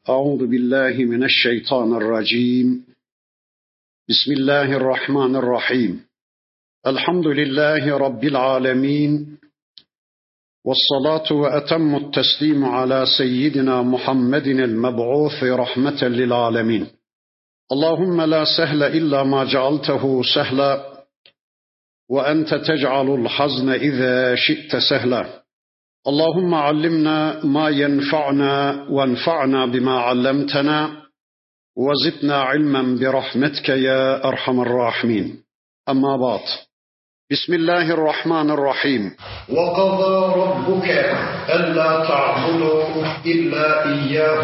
أعوذ بالله من الشيطان الرجيم. بسم الله الرحمن الرحيم. الحمد لله رب العالمين، والصلاة وأتم التسليم على سيدنا محمد المبعوث رحمة للعالمين. اللهم لا سهل إلا ما جعلته سهلا، وأنت تجعل الحزن إذا شئت سهلا. اللهم علمنا ما ينفعنا وانفعنا بما علمتنا وزدنا علما برحمتك يا أرحم الراحمين. أما بعد، بسم الله الرحمن الرحيم. وقضى ربك ألا تعبدوا إلا إياه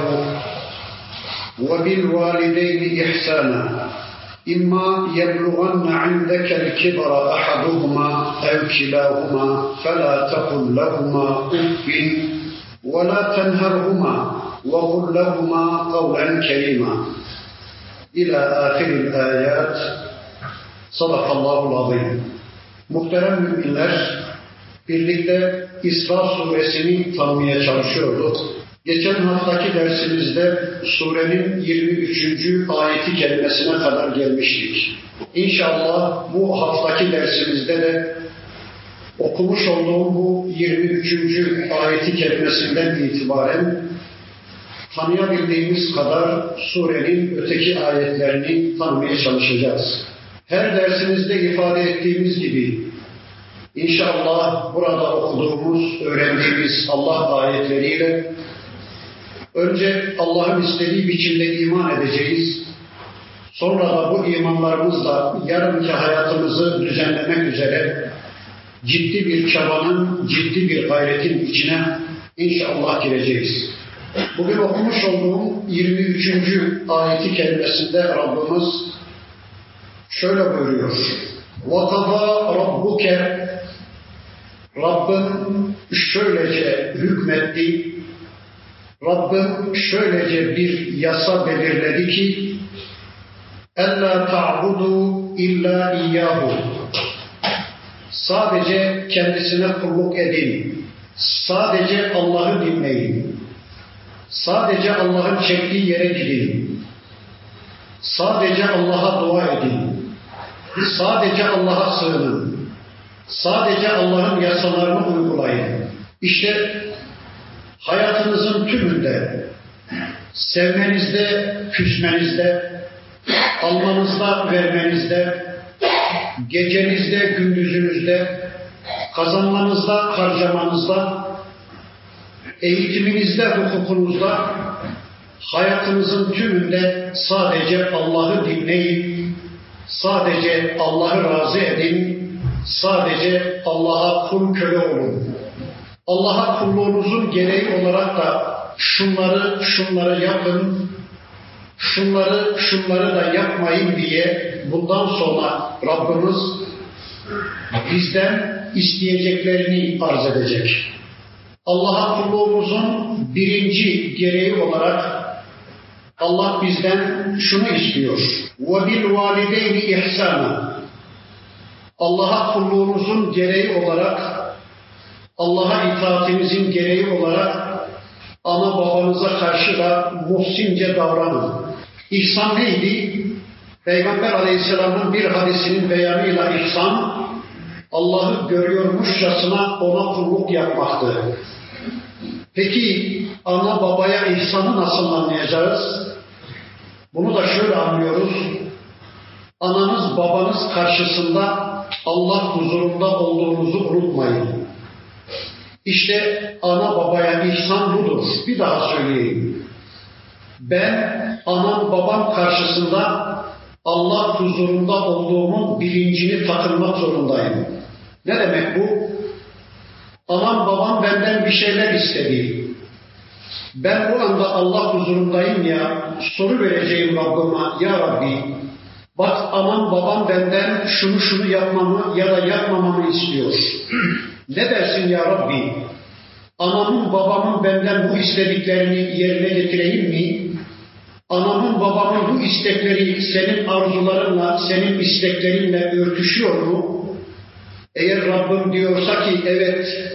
وبالوالدين إحسانا إما يبلغن عندك الكبر أحدهما أو كلاهما فلا تقل لهما أف ولا تنهرهما وقل لهما قولا كريما إلى آخر الآيات. صدق الله العظيم. Muhterem müminler, birlikte İsra suresini tanımaya çalışıyorduk. Geçen haftaki dersimizde surenin 23. ayeti kelimesine kadar gelmiştik. İnşallah bu haftaki dersimizde de okumuş olduğum bu 23. ayeti kelimesinden itibaren tanıyabildiğimiz kadar surenin öteki ayetlerini tanımaya çalışacağız. Her dersimizde ifade ettiğimiz gibi inşallah burada okuduğumuz, öğrendiğimiz Allah ayetleriyle önce Allah'ın istediği biçimde iman edeceğiz. Sonra da bu imanlarımızla yarınki hayatımızı düzenlemek üzere ciddi bir çabanın, ciddi bir gayretin içine inşallah gireceğiz. Bugün okumuş olduğum 23. ayeti kerimesinde Rabbimiz şöyle buyuruyor. وَقَضَى رَبُّكَ Rabbin şöylece hükmetti, Rabbim şöylece bir yasa belirledi ki اَلَّا تَعْبُدُوا اِلَّا اِيَّهُ Sadece kendisine kulluk edin, sadece Allah'ı dinleyin, sadece Allah'ın çektiği yere gidin, sadece Allah'a dua edin, sadece Allah'a sığının, sadece Allah'ın yasalarını uygulayın. İşte hayatınızın tümünde, sevmenizde, küsmenizde, almanızda, vermenizde, gecenizde, gündüzünüzde, kazanmanızda, harcamanızda, eğitiminizde, hukukunuzda, hayatınızın tümünde sadece Allah'ı dinleyin, sadece Allah'ı razı edin, sadece Allah'a kul köle olun. Allah'a kulluğunuzun gereği olarak da şunları yapın, şunları da yapmayın diye bundan sonra Rabbimiz bizden isteyeceklerini arz edecek. Allah'a kulluğumuzun birinci gereği olarak Allah bizden şunu istiyor. وَبِالْوَالِدَيْنِ اِحْسَانًا Allah'a kulluğumuzun gereği olarak, Allah'a itaatimizin gereği olarak ana babanıza karşı da muhsince davranın. İhsan neydi? Peygamber Aleyhisselam'ın bir hadisinin beyanıyla ihsan, Allah'ı görüyormuşçasına ona kulluk yapmaktı. Peki ana babaya ihsanı nasıl anlayacağız? Bunu da şöyle anlıyoruz. Ananız babanız karşısında Allah huzurunda olduğunuzu unutmayın. İşte ana babaya ihsan budur. Bir daha söyleyeyim. Ben anam babam karşısında Allah huzurunda olduğumun bilincini takınmak zorundayım. Ne demek bu? Anam babam benden bir şeyler istedi. Ben bu anda Allah huzurundayım ya, soru vereceğim Rabbime, ya Rabbi, bak anam babam benden şunu yapmamı ya da yapmamamı istiyor. Ne dersin ya Rabbi? Anamın babamın benden bu istediklerini yerine getireyim mi? Anamın babamın bu istekleri senin arzularınla, senin isteklerinle örtüşüyor mu? Eğer Rabbim diyorsa ki evet,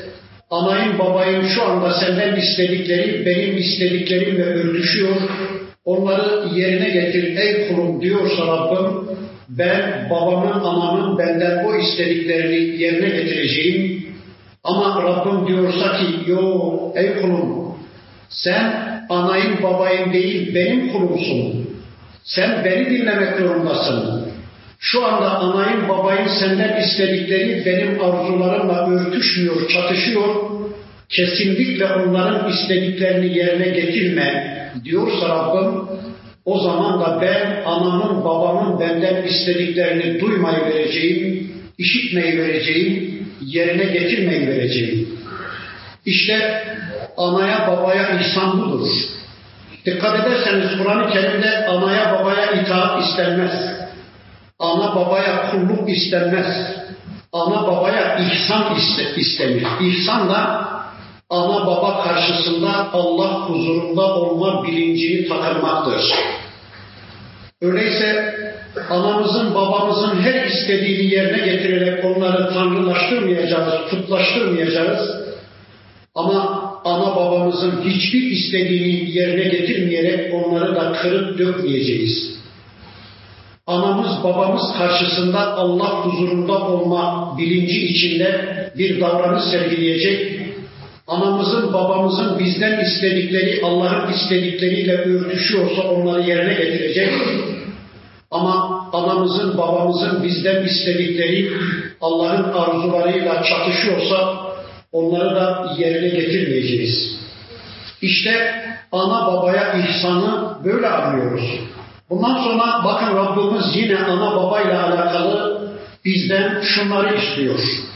anayın babayın şu anda senden istedikleri benim istediklerimle örtüşüyor. Onları yerine getir ey kulum diyorsa Rabbim, ben babamın, anamın benden o istediklerini yerine getireceğim. Ama Rabbim diyorsa ki, yo ey kulum, sen anayın babayın değil benim kulumsun. Sen beni dinlemek zorundasın. Şu anda anayın babayın senden istedikleri benim arzularımla örtüşmüyor, çatışıyor. Kesinlikle onların istediklerini yerine getirme diyorsa Rabbim, o zaman da ben anamın babamın benden istediklerini duymayı vereceğim, işitmeyi vereceğim, yerine getirmeyi vereceğim. İşte anaya babaya ihsan budur. Dikkat ederseniz Kur'an-ı Kerim'de anaya babaya itaat istenmez. Ana babaya kulluk istenmez. Ana babaya ihsan istenir. İhsan da ana baba karşısında Allah huzurunda olma bilincini takırmaktır. Öyleyse anamızın babamızın her istediğini yerine getirerek onları tanrılaştırmayacağız, putlaştırmayacağız. Ama ana babamızın hiçbir istediğini yerine getirmeyerek onları da kırıp dökmeyeceğiz. Anamız babamız karşısında Allah huzurunda olma bilinci içinde bir davranış sergileyecek. Anamızın babamızın bizden istedikleri Allah'ın istedikleriyle örtüşüyorsa onları yerine getirecek. Ama anamızın babamızın bizden istedikleri Allah'ın arzularıyla çatışıyorsa onları da yerine getirmeyeceğiz. İşte ana babaya ihsanı böyle anlıyoruz. Bundan sonra bakın Rabbimiz yine ana babayla alakalı bizden şunları istiyor.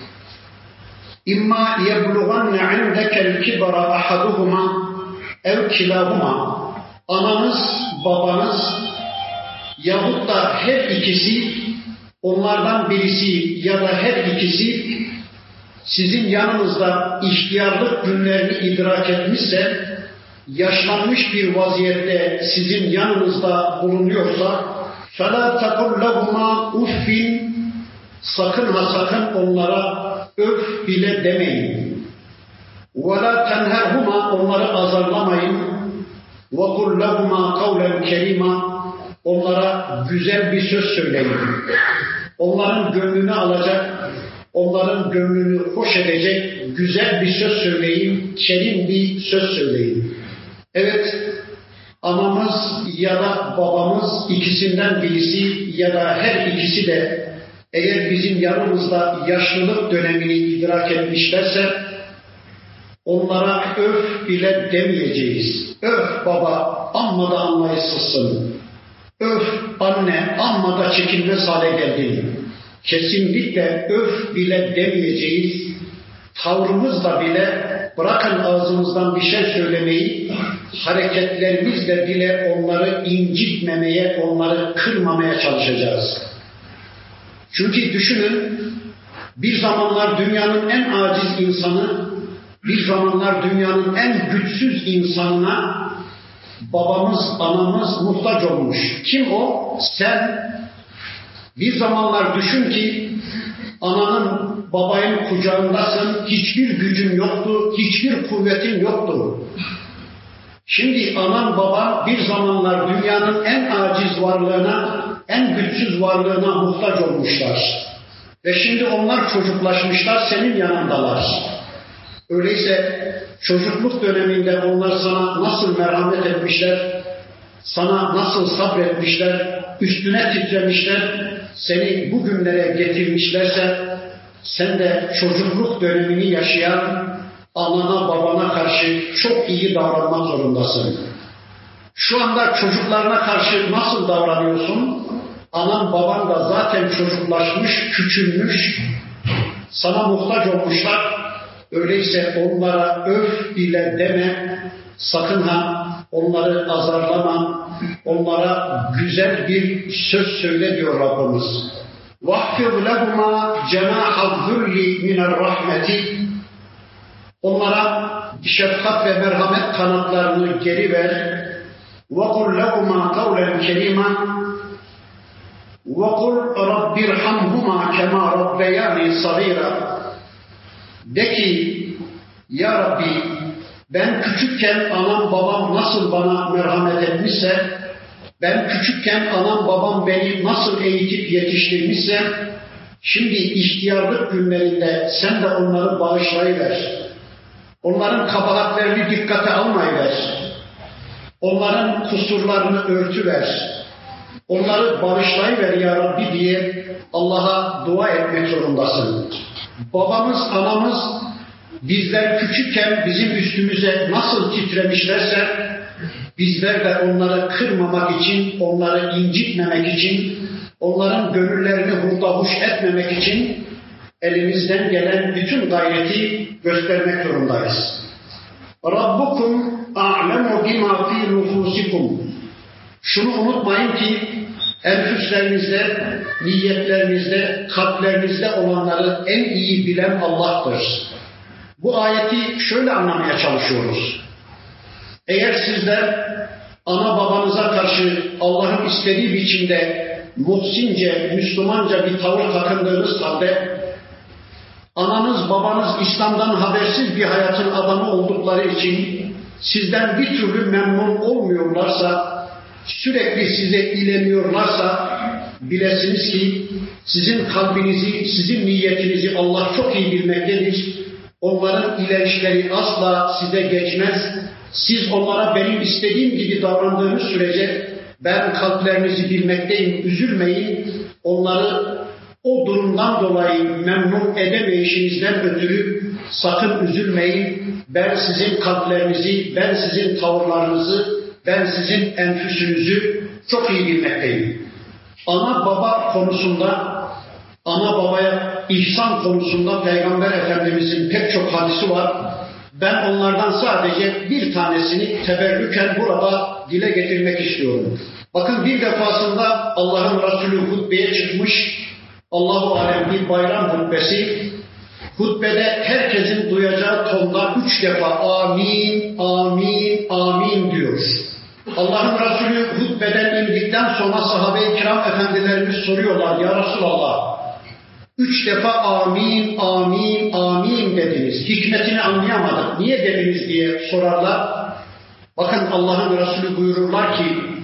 İmma yeblughanne indekel kibara ahaduhuma ev kilahuma. Ananız, babanız yahut da her ikisi, onlardan birisi ya da her ikisi sizin yanınızda ihtiyarlık günlerini idrak etmişse, yaşlanmış bir vaziyette sizin yanınızda bulunuyorsa فَلَا تَقُلْ لَهُمَا اُفِّنْ sakın ha sakın onlara öf bile demeyin. وَلَا تَنْهَرْهُمَا onları azarlamayın. وَقُلْ لَهُمَا قَوْلًا كَرِيمًا onlara güzel bir söz söyleyin. Onların gönlünü alacak, onların gönlünü hoş edecek güzel bir söz söyleyin, kerim bir söz söyleyin. Evet, anamız ya da babamız ikisinden birisi ya da her ikisi de eğer bizim yanımızda yaşlılık dönemini idrak etmişlerse onlara öf bile demeyeceğiz. Öf baba amma da anlayışsızsın. Öf anne amma da çekilmez hale geldin. Kesinlikle öf bile demeyeceğiz. Tavrımızla bile bırakın ağzımızdan bir şey söylemeyi, hareketlerimizle bile onları incitmemeye, onları kırmamaya çalışacağız. Çünkü düşünün, bir zamanlar dünyanın en aciz insanı, bir zamanlar dünyanın en güçsüz insanına babamız, anamız muhtaç olmuş. Kim o? Sen. Bir zamanlar düşün ki ananın, babanın kucağındasın, hiçbir gücün yoktu, hiçbir kuvvetin yoktu. Şimdi anan baban bir zamanlar dünyanın en aciz varlığına, en güçsüz varlığına muhtaç olmuşlar. Ve şimdi onlar çocuklaşmışlar, senin yanındalar. Öyleyse çocukluk döneminde onlar sana nasıl merhamet etmişler, sana nasıl sabretmişler, üstüne titremişler, seni bugünlere getirmişlerse sen de çocukluk dönemini yaşayan anana babana karşı çok iyi davranmak zorundasın. Şu anda çocuklarına karşı nasıl davranıyorsun? Anan baban da zaten çocuklaşmış, küçülmüş, sana muhtaç olmuşlar. Öyleyse onlara öf bile deme, sakın ha onları azarlama, onlara güzel bir söz söyle diyor Rabbimiz. وَحْفِظْ لَهُمَا جَنَاحَ الذُّلِّ مِنَ الرَّحْمَةِ onlara şefkat ve merhamet kanatlarını geri ver. وَقُلْ لَهُمَا قَوْلًا كَرِيمًا وَقُلْ رَبِّ ارْحَمْهُمَا كَمَا رَبَّيَانِي صَغِيرًا de ki, Ya Rabbi, ben küçükken anam babam nasıl bana merhamet etmişse, ben küçükken anam babam beni nasıl eğitip yetiştirmişse, şimdi ihtiyarlık günlerinde sen de onları bağışlayıver. Onların kabahatlerini dikkate almayıver. Onların kusurlarını örtüver. Onları bağışlayıver ya Rabbi diye Allah'a dua etmek zorundasın. Babamız, anamız bizler küçükken bizim üstümüze nasıl titremişlerse, bizler de onları kırmamak için, onları incitmemek için, onların gönüllerini hurdahuş etmemek için elimizden gelen bütün gayreti göstermek zorundayız. Rabbukum a'lemu bima fi nufusikum. Şunu unutmayın ki enfüslerinizde, niyetlerinizde, kalplerinizde olanları en iyi bilen Allah'tır. Bu ayeti şöyle anlamaya çalışıyoruz. Eğer sizler ana babanıza karşı Allah'ın istediği biçimde muhsince, Müslümanca bir tavır takındığınız halde, ananız babanız İslam'dan habersiz bir hayatın adamı oldukları için sizden bir türlü memnun olmuyorlarsa, sürekli size ileniyorlarsa, bilesiniz ki sizin kalbinizi, sizin niyetinizi Allah çok iyi bilmektedir. Onların ilenişleri asla size geçmez. Siz onlara benim istediğim gibi davrandığınız sürece ben kalplerinizi bilmekteyim, üzülmeyin. Onları o durumdan dolayı memnun edemeyişinizden ötürü sakın üzülmeyin. Ben sizin kalplerinizi, ben sizin tavırlarınızı, ben sizin enfüsünüzü çok iyi bilmekteyim. Ana baba konusunda, ana babaya ihsan konusunda Peygamber Efendimizin pek çok hadisi var. Ben onlardan sadece bir tanesini teberrüken burada dile getirmek istiyorum. Bakın bir defasında Allah'ın Resulü hutbeye çıkmış, Allahu alem bir bayram hutbesi. Hutbede herkesin duyacağı tonda 3 defa amin, amin, amin diyor. Allah'ın Resulü hutbeden indikten sonra sahabe-i kiram efendilerimiz soruyorlar, ya Resulallah, 3 defa amin, amin, amin dediniz. Hikmetini anlayamadık. Niye dediniz diye sorarlar. Bakın Allah'ın Resulü buyururlar ki,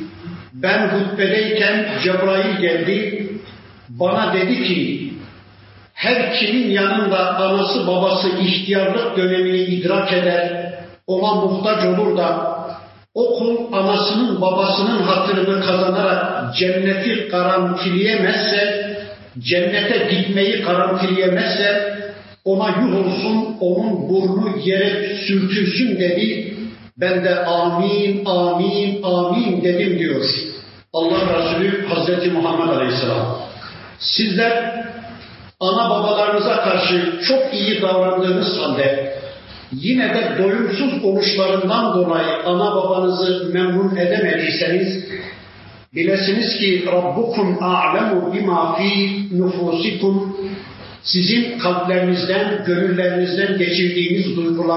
ben hutbedeyken Cebrail geldi, bana dedi ki, her kimin yanında anası babası ihtiyarlık dönemini idrak eder, ona muhtaç olur da, o kul anasının babasının hatırını kazanarak cenneti garantileyemezse, cennete gitmeyi garantileyemezse, ona yuh olsun, onun burnu yere sürtülsün dedi. Ben de amin, amin, amin dedim diyor Allah Resulü Hazreti Muhammed Aleyhisselam. Sizler ana babalarınıza karşı çok iyi davrandığınız halde, yine de doyumsuz oluşlarından dolayı ana babanızı memnun edemediyseniz, bilesiniz ki Rabbukum a'lemu bima fi nufusikum, sizin kalplerinizden, gönüllerinizden geçirdiğiniz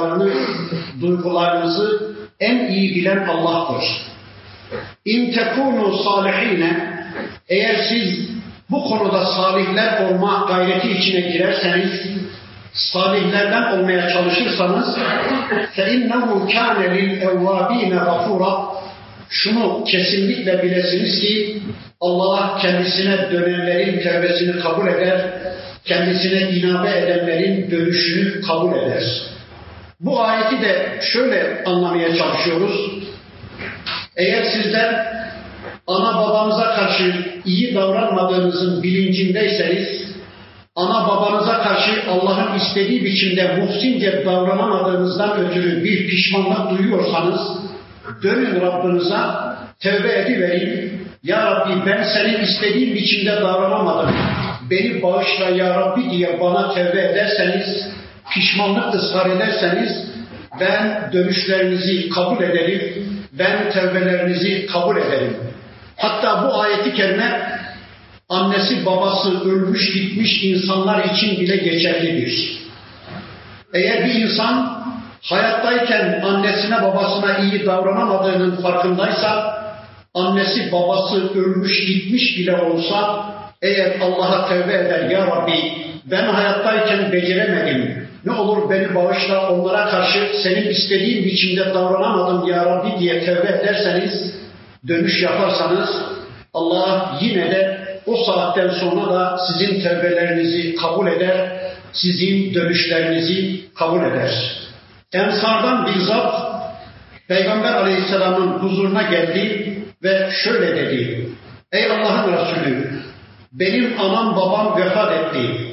duygularınızı en iyi bilen Allah'tır. İn tekunu salihine, eğer siz bu konuda salihler olma gayreti içine girerseniz, salihlerden olmaya çalışırsanız, فَاِنَّهُ كَانَ لِلْاَوَّاب۪ينَ غَفُورًا, şunu kesinlikle bilesiniz ki Allah kendisine dönenlerin tevbesini kabul eder, kendisine inabe edenlerin dönüşünü kabul eder. Bu ayeti de şöyle anlamaya çalışıyoruz. Eğer sizler ana babanıza karşı iyi davranmadığınızın bilincindeyseniz, ana babanıza karşı Allah'ın istediği biçimde muhsince davranamadığınızdan ötürü bir pişmanlık duyuyorsanız, dönün Rabbinize, tevbe ediverin. Ya Rabbi, ben senin istediğin biçimde davranamadım, beni bağışla ya Rabbi diye bana tevbe ederseniz, pişmanlık ısrar ederseniz, ben dönüşlerinizi kabul ederim, ben tevbelerinizi kabul ederim. Hatta bu ayeti kerime annesi babası ölmüş gitmiş insanlar için bile geçerlidir. Eğer bir insan hayattayken annesine babasına iyi davranamadığının farkındaysa, annesi babası ölmüş gitmiş bile olsa, eğer Allah'a tevbe eder, ya Rabbi ben hayattayken beceremedim, Ne olur beni bağışla, onlara karşı senin istediğin biçimde davranamadım ya Rabbi diye tevbe ederseniz, dönüş yaparsanız Allah yine de o saatten sonra da sizin tevbelerinizi kabul eder, sizin dönüşlerinizi kabul eder. Ensardan bir zat Peygamber Aleyhisselam'ın huzuruna geldi ve şöyle dedi: Ey Allah'ın Resulü, benim anam babam vefat etti.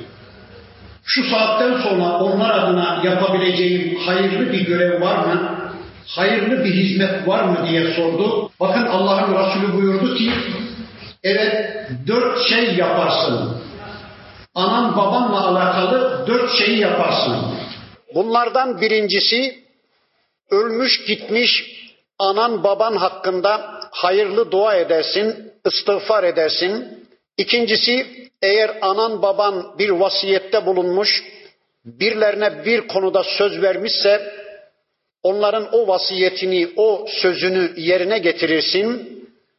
Şu saatten sonra onlar adına yapabileceğim hayırlı bir görev var mı? Hayırlı bir hizmet var mı diye sordu. Bakın Allah'ın Resulü buyurdu ki, evet 4 şey yaparsın. Anan babanla alakalı 4 şeyi yaparsın. Bunlardan birincisi, ölmüş gitmiş anan baban hakkında hayırlı dua edersin, istiğfar edersin. İkincisi, eğer anan baban bir vasiyette bulunmuş, birilerine bir konuda söz vermişse, onların o vasiyetini, o sözünü yerine getirirsin.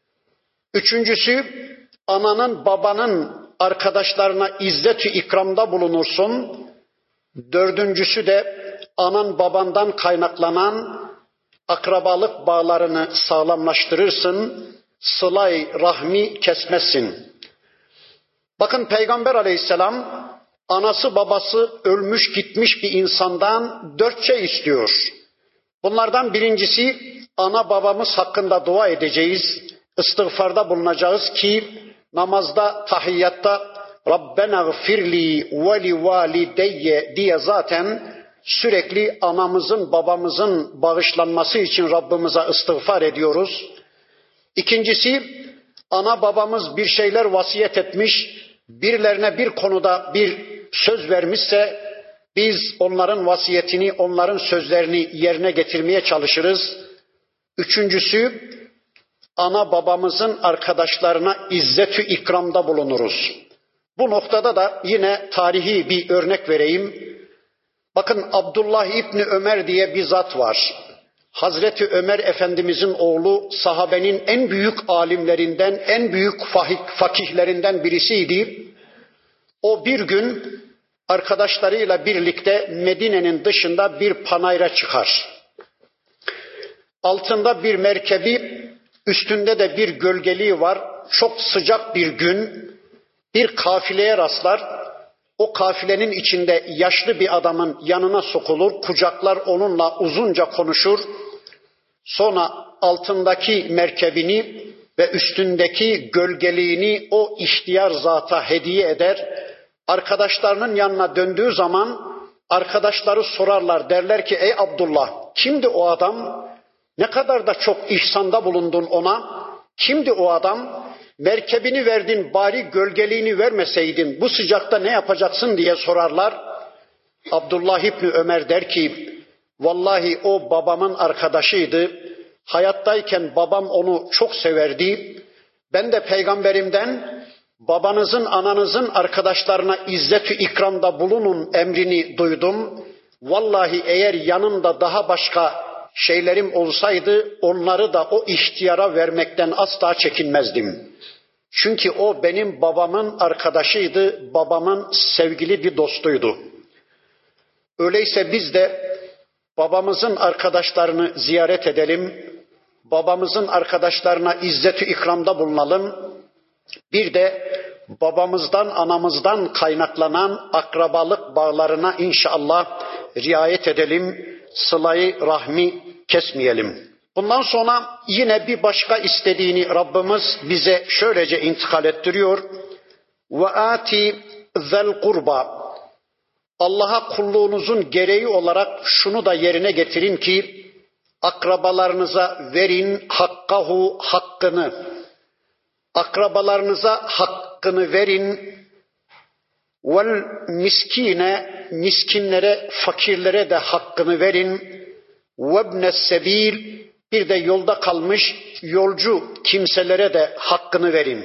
Üçüncüsü, ananın babanın arkadaşlarına izzet-i ikramda bulunursun. Dördüncüsü de anan babandan kaynaklanan akrabalık bağlarını sağlamlaştırırsın, sıla-i rahmi kesmezsin. Bakın Peygamber Aleyhisselam anası babası ölmüş gitmiş bir insandan 4 şey istiyor. Bunlardan birincisi, ana babamız hakkında dua edeceğiz, istiğfarda bulunacağız ki namazda, tahiyyatta Rabbena gfirli ve li valideyye diye zaten sürekli anamızın babamızın bağışlanması için Rabbimize istiğfar ediyoruz. İkincisi, ana babamız bir şeyler vasiyet etmiş, birilerine bir konuda bir söz vermişse biz onların vasiyetini, onların sözlerini yerine getirmeye çalışırız. Üçüncüsü, ana babamızın arkadaşlarına izzet-i ikramda bulunuruz. Bu noktada da yine tarihi bir örnek vereyim. Bakın Abdullah İbni Ömer diye bir zat var. Hazreti Ömer Efendimizin oğlu, sahabenin en büyük alimlerinden, en büyük fakihlerinden birisiydi. O bir gün arkadaşlarıyla birlikte Medine'nin dışında bir panayra çıkar. Altında bir merkebi, üstünde de bir gölgeliği var. Çok sıcak bir gün bir kafileye rastlar. O kafilenin içinde yaşlı bir adamın yanına sokulur, kucaklar onunla uzunca konuşur. Sonra altındaki merkebini ve üstündeki gölgeliğini o ihtiyar zata hediye eder. Arkadaşlarının yanına döndüğü zaman arkadaşları sorarlar, derler ki ey Abdullah, kimdi o adam? Ne kadar da çok ihsanda bulundun ona. Kimdi o adam? Merkebini verdin, bari gölgeliğini vermeseydin bu sıcakta ne yapacaksın diye sorarlar. Abdullah İbni Ömer der ki, vallahi o babamın arkadaşıydı. Hayattayken babam onu çok severdi. Ben de peygamberimden babanızın, ananızın arkadaşlarına izzet-i ikramda bulunun emrini duydum. Vallahi eğer yanımda daha başka şeylerim olsaydı onları da o ihtiyara vermekten asla çekinmezdim. Çünkü o benim babamın arkadaşıydı, babamın sevgili bir dostuydu. Öyleyse biz de babamızın arkadaşlarını ziyaret edelim, babamızın arkadaşlarına izzet-i ikramda bulunalım. Bir de babamızdan, anamızdan kaynaklanan akrabalık bağlarına inşallah riayet edelim, sıla-i rahmi kesmeyelim. Bundan sonra yine bir başka istediğini Rabbimiz bize şöylece intikal ettiriyor. Ve ati zel kurba. Allah'a kulluğunuzun gereği olarak şunu da yerine getirin ki akrabalarınıza verin hakkahu, hakkını. Akrabalarınıza hakkını verin. Vel miskine, miskinlere, fakirlere de hakkını verin. Vebnes sebil, bir de yolda kalmış yolcu kimselere de hakkını verin.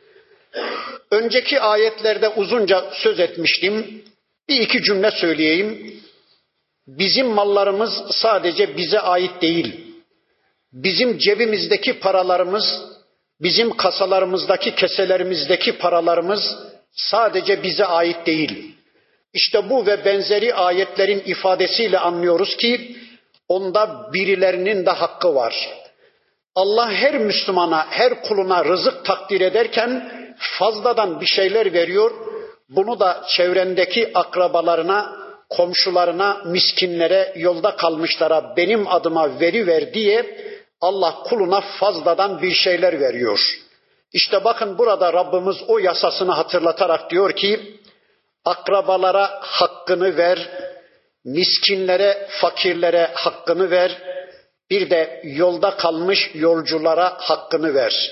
Önceki ayetlerde uzunca söz etmiştim. Bir iki cümle söyleyeyim. Bizim mallarımız sadece bize ait değil. Bizim cebimizdeki paralarımız, bizim kasalarımızdaki, keselerimizdeki paralarımız sadece bize ait değil. İşte bu ve benzeri ayetlerin ifadesiyle anlıyoruz ki onda birilerinin de hakkı var. Allah her Müslümana, her kuluna rızık takdir ederken fazladan bir şeyler veriyor. Bunu da çevrendeki akrabalarına, komşularına, miskinlere, yolda kalmışlara benim adıma veriver diye Allah kuluna fazladan bir şeyler veriyor. İşte bakın burada Rabbimiz o yasasını hatırlatarak diyor ki, akrabalara hakkını ver, miskinlere, fakirlere hakkını ver, bir de yolda kalmış yolculara hakkını ver.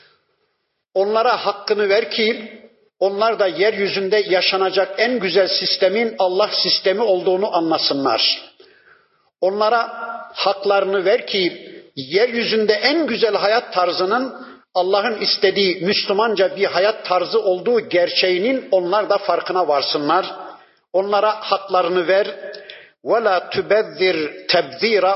Onlara hakkını ver ki onlar da yeryüzünde yaşanacak en güzel sistemin Allah sistemi olduğunu anlasınlar. Onlara haklarını ver ki yeryüzünde en güzel hayat tarzının Allah'ın istediği Müslümanca bir hayat tarzı olduğu gerçeğinin onlar da farkına varsınlar. Onlara haklarını ver. وَلَا تُبَذِّرْ تَبْذِيرًا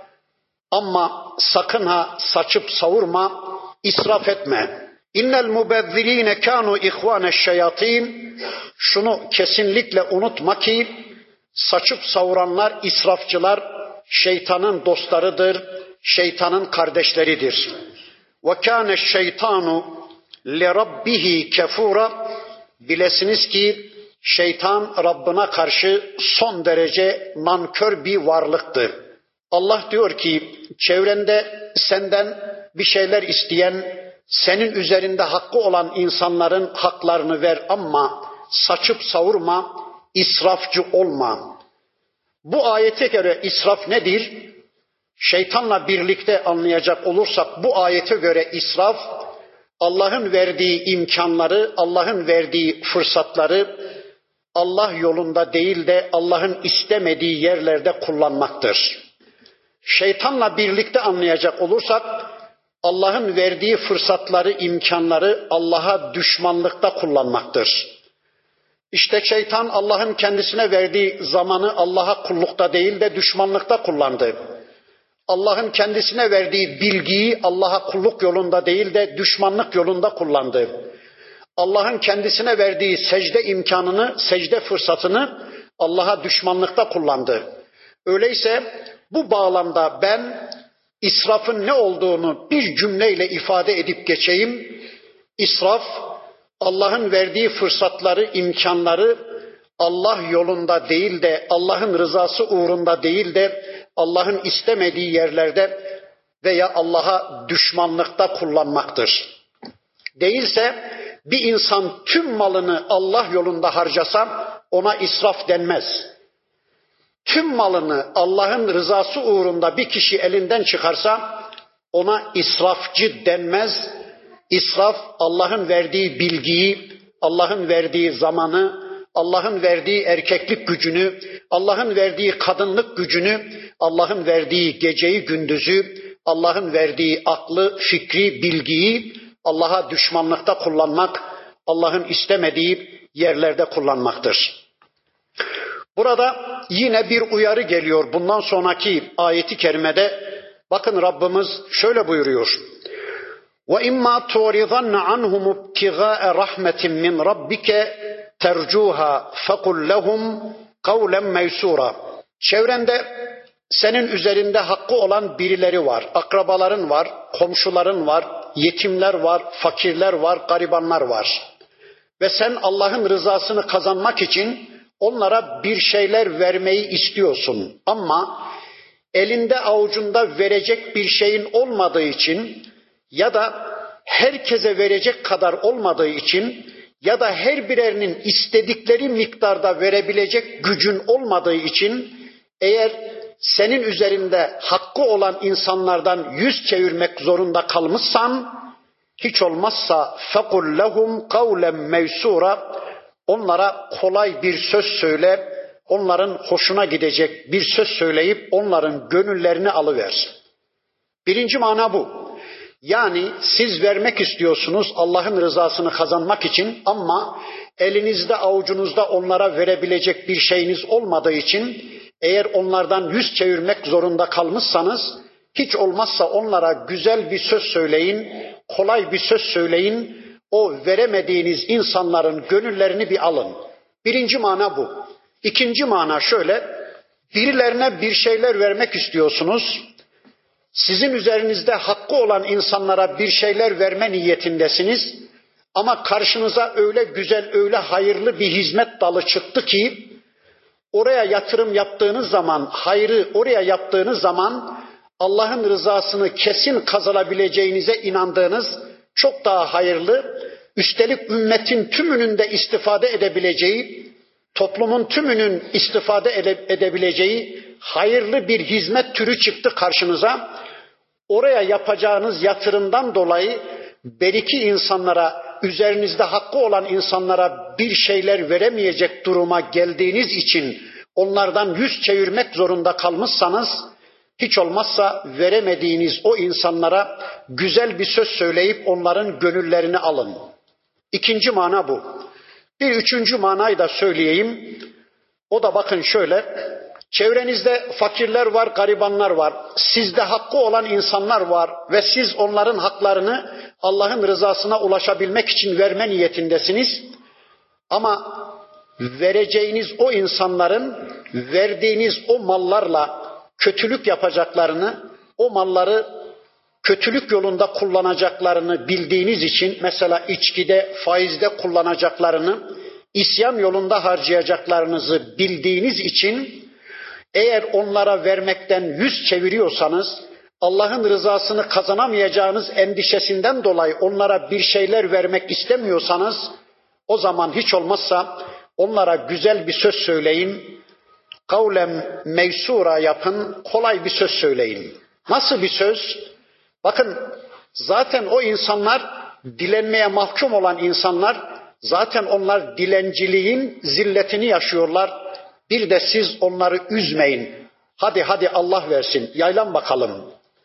Ama sakın ha saçıp savurma, israf etme. İnnel mubezzirine kanu ihvane'ş-şeyatin. Şunu kesinlikle unutma ki saçıp savuranlar, israfçılar şeytanın dostlarıdır, şeytanın kardeşleridir. Ve kâne'ş-şeytanu li-rabbihi kefûra. Bilesiniz ki şeytan Rabbine karşı son derece nankör bir varlıktır. Allah diyor ki çevrende senden bir şeyler isteyen, senin üzerinde hakkı olan insanların haklarını ver ama saçıp savurma, israfçı olma. Bu ayete göre israf nedir? Şeytanla birlikte anlayacak olursak bu ayete göre israf, Allah'ın verdiği imkanları, Allah'ın verdiği fırsatları Allah yolunda değil de Allah'ın istemediği yerlerde kullanmaktır. Şeytanla birlikte anlayacak olursak Allah'ın verdiği fırsatları, imkanları Allah'a düşmanlıkta kullanmaktır. İşte şeytan Allah'ın kendisine verdiği zamanı Allah'a kullukta değil de düşmanlıkta kullandı. Allah'ın kendisine verdiği bilgiyi Allah'a kulluk yolunda değil de düşmanlık yolunda kullandı. Allah'ın kendisine verdiği secde imkanını, secde fırsatını Allah'a düşmanlıkta kullandı. Öyleyse bu bağlamda ben israfın ne olduğunu bir cümleyle ifade edip geçeyim. İsraf, Allah'ın verdiği fırsatları, imkanları Allah yolunda değil de, Allah'ın rızası uğrunda değil de, Allah'ın istemediği yerlerde veya Allah'a düşmanlıkta kullanmaktır. Değilse bir insan tüm malını Allah yolunda harcasa ona israf denmez. Tüm malını Allah'ın rızası uğrunda bir kişi elinden çıkarsa ona israfçı denmez. İsraf Allah'ın verdiği bilgiyi, Allah'ın verdiği zamanı, Allah'ın verdiği erkeklik gücünü, Allah'ın verdiği kadınlık gücünü, Allah'ın verdiği geceyi gündüzü, Allah'ın verdiği aklı, fikri, bilgiyi Allah'a düşmanlıkta kullanmak, Allah'ın istemediği yerlerde kullanmaktır. Burada yine bir uyarı geliyor bundan sonraki ayeti kerimede. Bakın Rabbimiz şöyle buyuruyor. وَاِمَّا تُعْرِضَنَّ عَنْهُمُ ابْتِغَاءَ رَحْمَةٍ مِّنْ رَبِّكَ تَرْجُوهَا فَقُلْ لَهُمْ قَوْلًا مَيْسُورًا. Çevrende senin üzerinde hakkı olan birileri var. Akrabaların var, komşuların var, yetimler var, fakirler var, garibanlar var. Ve sen Allah'ın rızasını kazanmak için onlara bir şeyler vermeyi istiyorsun. Ama elinde avucunda verecek bir şeyin olmadığı için ya da herkese verecek kadar olmadığı için ya da her birerinin istedikleri miktarda verebilecek gücün olmadığı için eğer senin üzerinde hakkı olan insanlardan yüz çevirmek zorunda kalmışsan hiç olmazsa فَقُلْ لَهُمْ قَوْلًا مَيْسُورًا onlara kolay bir söz söyle, onların hoşuna gidecek bir söz söyleyip onların gönüllerini alıver. Birinci mana bu. Yani siz vermek istiyorsunuz Allah'ın rızasını kazanmak için ama elinizde avucunuzda onlara verebilecek bir şeyiniz olmadığı için eğer onlardan yüz çevirmek zorunda kalmışsanız hiç olmazsa onlara güzel bir söz söyleyin, kolay bir söz söyleyin, o veremediğiniz insanların gönüllerini bir alın. Birinci mana bu. İkinci mana şöyle, birilerine bir şeyler vermek istiyorsunuz. Sizin üzerinizde hakkı olan insanlara bir şeyler verme niyetindesiniz. Ama karşınıza öyle güzel, öyle hayırlı bir hizmet dalı çıktı ki, oraya yatırım yaptığınız zaman, hayrı oraya yaptığınız zaman, Allah'ın rızasını kesin kazanabileceğinize inandığınız çok daha hayırlı, üstelik ümmetin tümünün de istifade edebileceği, toplumun tümünün istifade edebileceği hayırlı bir hizmet türü çıktı karşınıza. Oraya yapacağınız yatırımdan dolayı belki insanlara, üzerinizde hakkı olan insanlara bir şeyler veremeyecek duruma geldiğiniz için onlardan yüz çevirmek zorunda kalmışsanız, hiç olmazsa veremediğiniz o insanlara güzel bir söz söyleyip onların gönüllerini alın. İkinci mana bu. Bir üçüncü manayı da söyleyeyim. O da bakın şöyle, çevrenizde fakirler var, garibanlar var. Sizde hakkı olan insanlar var ve siz onların haklarını Allah'ın rızasına ulaşabilmek için verme niyetindesiniz. Ama vereceğiniz o insanların verdiğiniz o mallarla kötülük yapacaklarını, o malları kötülük yolunda kullanacaklarını bildiğiniz için, mesela içkide, faizde kullanacaklarını, isyan yolunda harcayacaklarınızı bildiğiniz için, eğer onlara vermekten yüz çeviriyorsanız, Allah'ın rızasını kazanamayacağınız endişesinden dolayı onlara bir şeyler vermek istemiyorsanız, o zaman hiç olmazsa onlara güzel bir söz söyleyin, kavlem meysura yapın, kolay bir söz söyleyin. Nasıl bir söz? Bakın, zaten o insanlar, dilenmeye mahkum olan insanlar, zaten onlar dilenciliğin zilletini yaşıyorlar. Bir de siz onları üzmeyin. Hadi Allah versin, yaylan bakalım.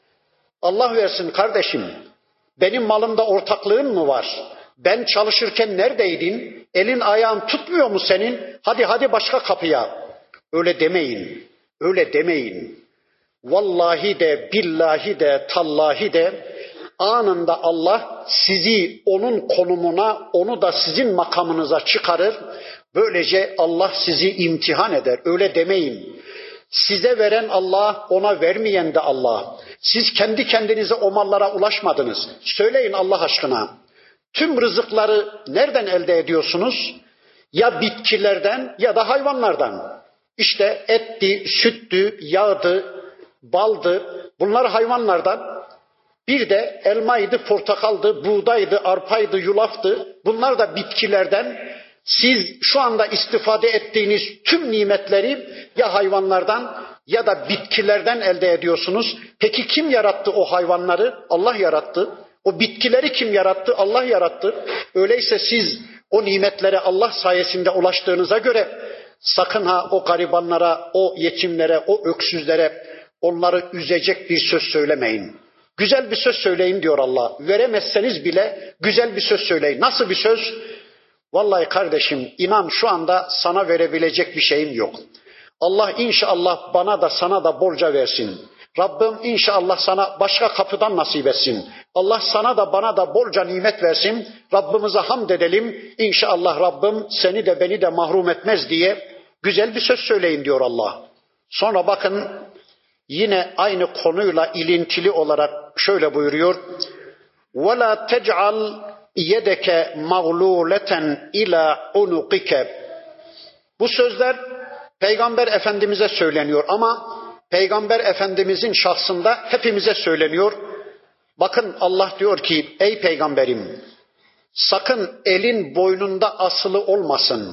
Allah versin kardeşim. Benim malımda ortaklığın mı var? Ben çalışırken neredeydin? Elin ayağın tutmuyor mu senin? Hadi başka kapıya. Öyle demeyin. Öyle demeyin. Vallahi de, billahi de, tallahi de anında Allah sizi onun konumuna, onu da sizin makamınıza çıkarır. Böylece Allah sizi imtihan eder. Öyle demeyin. Size veren Allah, ona vermeyen de Allah. Siz kendi kendinize o mallara ulaşmadınız. Söyleyin Allah aşkına. Tüm rızıkları nereden elde ediyorsunuz? Ya bitkilerden ya da hayvanlardan. İşte etti, süttü, yağdı, baldı. Bunlar hayvanlardan. Bir de elmaydı, portakaldı, buğdaydı, arpaydı, yulaftı. Bunlar da bitkilerden. Siz şu anda istifade ettiğiniz tüm nimetleri ya hayvanlardan ya da bitkilerden elde ediyorsunuz. Peki kim yarattı o hayvanları? Allah yarattı. O bitkileri kim yarattı? Allah yarattı. Öyleyse siz o nimetlere Allah sayesinde ulaştığınıza göre sakın ha o garibanlara, o yetimlere, o öksüzlere onları üzecek bir söz söylemeyin. Güzel bir söz söyleyin diyor Allah. Veremezseniz bile güzel bir söz söyleyin. Nasıl bir söz? Vallahi kardeşim, inan şu anda sana verebilecek bir şeyim yok. Allah inşallah bana da sana da borca versin. Rabbim inşallah sana başka kapıdan nasip etsin. Allah sana da bana da bolca nimet versin. Rabbimize hamd edelim. İnşallah Rabbim seni de beni de mahrum etmez diye güzel bir söz söyleyin diyor Allah. Sonra bakın yine aynı konuyla ilintili olarak şöyle buyuruyor. وَلَا تَجْعَلْ يَدَكَ مَغْلُولَةً اِلَى عُنُقِكَ. Bu sözler Peygamber Efendimiz'e söyleniyor ama Peygamber Efendimiz'in şahsında hepimize söyleniyor. Bakın Allah diyor ki, ey peygamberim, sakın elin boynunda asılı olmasın.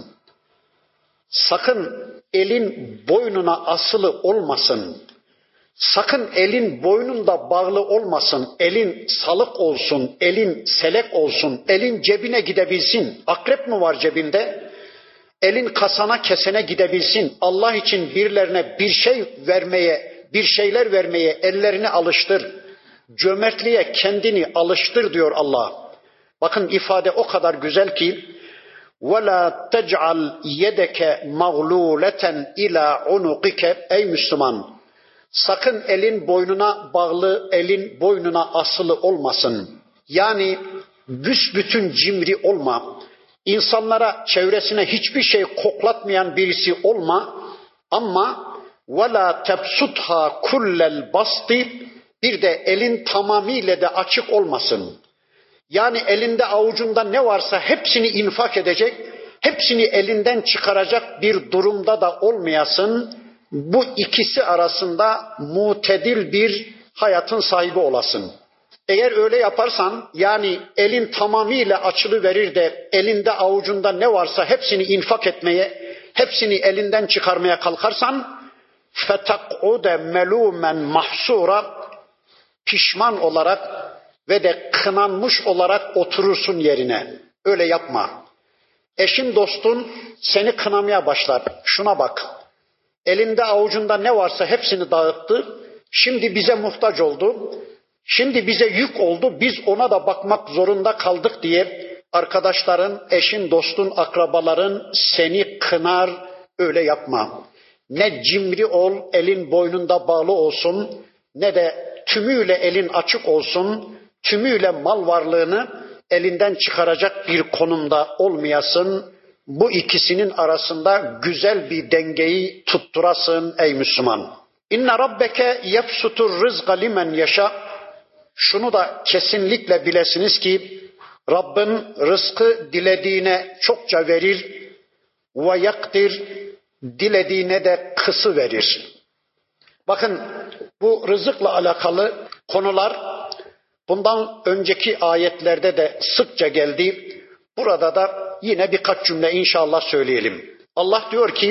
Sakın elin boynuna asılı olmasın. Sakın elin boynunda bağlı olmasın. Elin salık olsun, elin selek olsun, elin cebine gidebilsin. Akrep mi var cebinde? Elin kasana kesene gidebilsin. Allah için birilerine bir şey vermeye, bir şeyler vermeye ellerini alıştır. Cömertliğe kendini alıştır diyor Allah. Bakın ifade o kadar güzel ki وَلَا تَجْعَلْ يَدَكَ مَغْلُولَةً اِلَى عُنُقِكَ. Ey Müslüman, sakın elin boynuna bağlı, elin boynuna asılı olmasın. Yani büsbütün cimri olma. İnsanlara, çevresine hiçbir şey koklatmayan birisi olma ama وَلَا تَبْسُطْهَا كُلَّ الْبَسْطِ bir de elin tamamıyla da açık olmasın. Yani elinde avucunda ne varsa hepsini infak edecek, hepsini elinden çıkaracak bir durumda da olmayasın. Bu ikisi arasında mutedil bir hayatın sahibi olasın. Eğer öyle yaparsan, yani elin tamamıyla açılıverir de elinde avucunda ne varsa hepsini infak etmeye, hepsini elinden çıkarmaya kalkarsan, فَتَقْعُدَ مَلُومًا مَحْسُورًا pişman olarak ve de kınanmış olarak oturursun yerine. Öyle yapma. Eşin, dostun seni kınamaya başlar. Şuna bak. Elinde avucunda ne varsa hepsini dağıttı. Şimdi bize muhtaç oldu. Şimdi bize yük oldu. Biz ona da bakmak zorunda kaldık diye arkadaşların, eşin, dostun, akrabaların seni kınar. Öyle yapma. Ne cimri ol, elin boynunda bağlı olsun, ne de tümüyle elin açık olsun, tümüyle mal varlığını elinden çıkaracak bir konumda olmayasın. Bu ikisinin arasında güzel bir dengeyi tutturasın ey Müslüman. İnne rabbeke yefsutur rızqa limen yaşa. Şunu da kesinlikle bilesiniz ki Rabbin rızkı dilediğine çokça verir ve yakdir, dilediğine de kısı verir. Bakın, bu rızıkla alakalı konular bundan önceki ayetlerde de sıkça geldi. Burada da yine birkaç cümle inşallah söyleyelim. Allah diyor ki,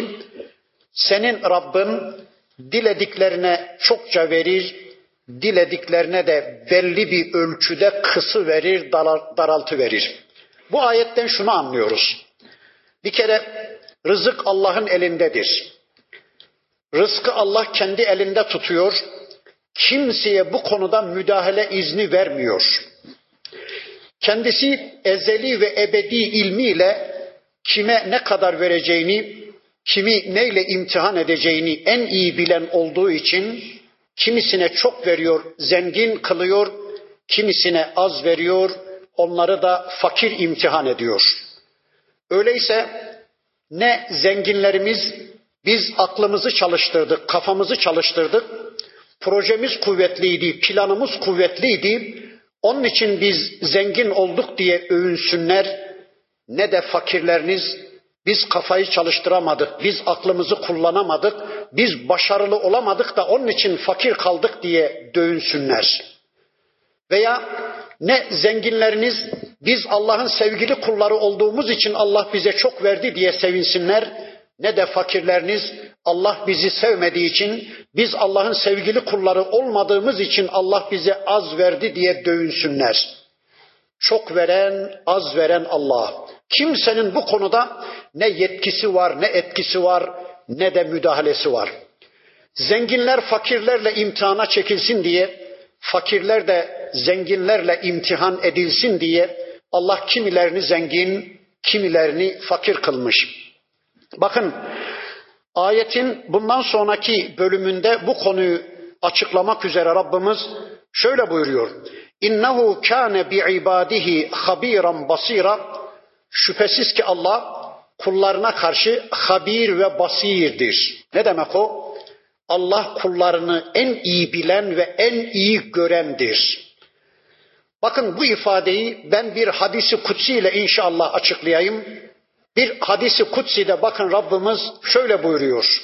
senin Rabbin dilediklerine çokça verir, dilediklerine de belli bir ölçüde kısı verir, daraltı verir. Bu ayetten şunu anlıyoruz. Bir kere rızık Allah'ın elindedir. Rızkı Allah kendi elinde tutuyor. Kimseye bu konuda müdahale izni vermiyor. Kendisi ezeli ve ebedi ilmiyle kime ne kadar vereceğini, kimi neyle imtihan edeceğini en iyi bilen olduğu için kimisine çok veriyor, zengin kılıyor, kimisine az veriyor, onları da fakir imtihan ediyor. Öyleyse ne zenginlerimiz, biz aklımızı çalıştırdık, kafamızı çalıştırdık, projemiz kuvvetliydi, planımız kuvvetliydi, onun için biz zengin olduk diye övünsünler, ne de fakirleriniz, biz kafayı çalıştıramadık, biz aklımızı kullanamadık, biz başarılı olamadık da onun için fakir kaldık diye dövünsünler. Veya ne zenginleriniz, biz Allah'ın sevgili kulları olduğumuz için Allah bize çok verdi diye sevinsinler, ne de fakirleriniz, Allah bizi sevmediği için, biz Allah'ın sevgili kulları olmadığımız için Allah bize az verdi diye dövünsünler. Çok veren, az veren Allah. Kimsenin bu konuda ne yetkisi var, ne etkisi var, ne de müdahalesi var. Zenginler fakirlerle imtihana çekilsin diye, fakirler de zenginlerle imtihan edilsin diye Allah kimilerini zengin, kimilerini fakir kılmış. Bakın, ayetin bundan sonraki bölümünde bu konuyu açıklamak üzere Rabbimiz şöyle buyuruyor. İnnehu kâne bi'ibâdihi habîran basîra. Şüphesiz ki Allah kullarına karşı habir ve basirdir. Ne demek o? Allah kullarını en iyi bilen ve en iyi görendir. Bakın, bu ifadeyi ben bir hadisi kutsi ile inşallah açıklayayım. Bir hadisi kutsi'de bakın Rabbimiz şöyle buyuruyor.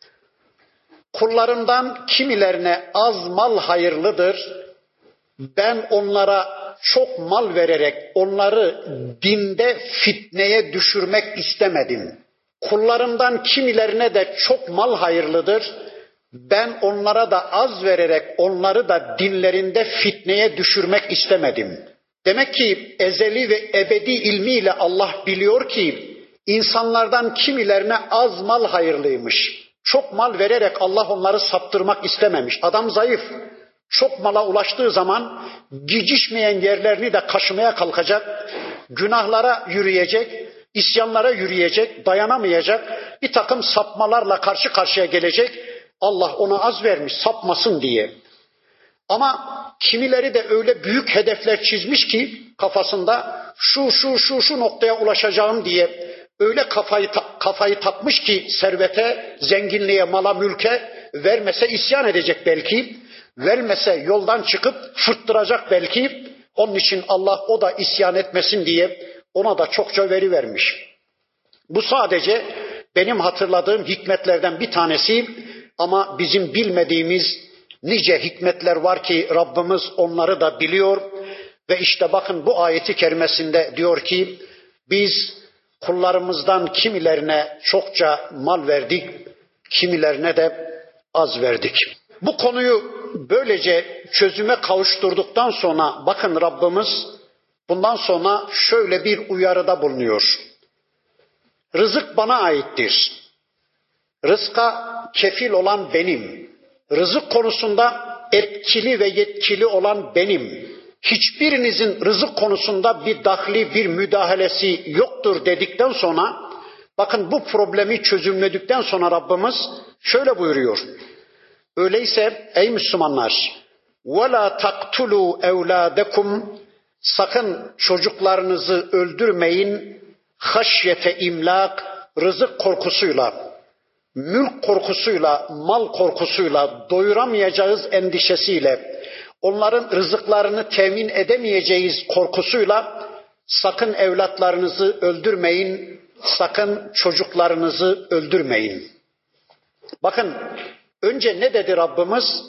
Kullarımdan kimilerine az mal hayırlıdır. Ben onlara çok mal vererek onları dinde fitneye düşürmek istemedim. Kullarımdan kimilerine de çok mal hayırlıdır. Ben onlara da az vererek onları da dinlerinde fitneye düşürmek istemedim. Demek ki ezeli ve ebedi ilmiyle Allah biliyor ki insanlardan kimilerine az mal hayırlıymış. Çok mal vererek Allah onları saptırmak istememiş. Adam zayıf. Çok mala ulaştığı zaman gicişmeyen yerlerini de kaşımaya kalkacak. Günahlara yürüyecek, isyanlara yürüyecek, dayanamayacak. Bir takım sapmalarla karşı karşıya gelecek. Allah ona az vermiş, sapmasın diye. Ama kimileri de öyle büyük hedefler çizmiş ki kafasında şu noktaya ulaşacağım diye öyle kafayı takmış ki servete, zenginliğe, mala, mülke, vermese isyan edecek belki, vermese yoldan çıkıp fırttıracak belki. Onun için Allah o da isyan etmesin diye ona da çokça veri vermiş. Bu sadece benim hatırladığım hikmetlerden bir tanesi ama bizim bilmediğimiz nice hikmetler var ki Rabbimiz onları da biliyor. Ve işte bakın bu ayeti kerimesinde diyor ki biz kullarımızdan kimilerine çokça mal verdik, kimilerine de az verdik. Bu konuyu böylece çözüme kavuşturduktan sonra bakın Rabbimiz bundan sonra şöyle bir uyarıda bulunuyor. Rızık bana aittir. Rızka kefil olan benim. Rızık konusunda etkili ve yetkili olan benim. Hiçbirinizin rızık konusunda bir dahli, bir müdahalesi yoktur dedikten sonra, bakın bu problemi çözümledikten sonra Rabbimiz şöyle buyuruyor. Öyleyse ey Müslümanlar, وَلَا تَقْتُلُوا اَوْلَادَكُمْ sakın çocuklarınızı öldürmeyin, haşyete imlak, rızık korkusuyla, mülk korkusuyla, mal korkusuyla, doyuramayacağız endişesiyle, onların rızıklarını temin edemeyeceğiz korkusuyla sakın evlatlarınızı öldürmeyin, sakın çocuklarınızı öldürmeyin. Bakın önce ne dedi Rabbimiz?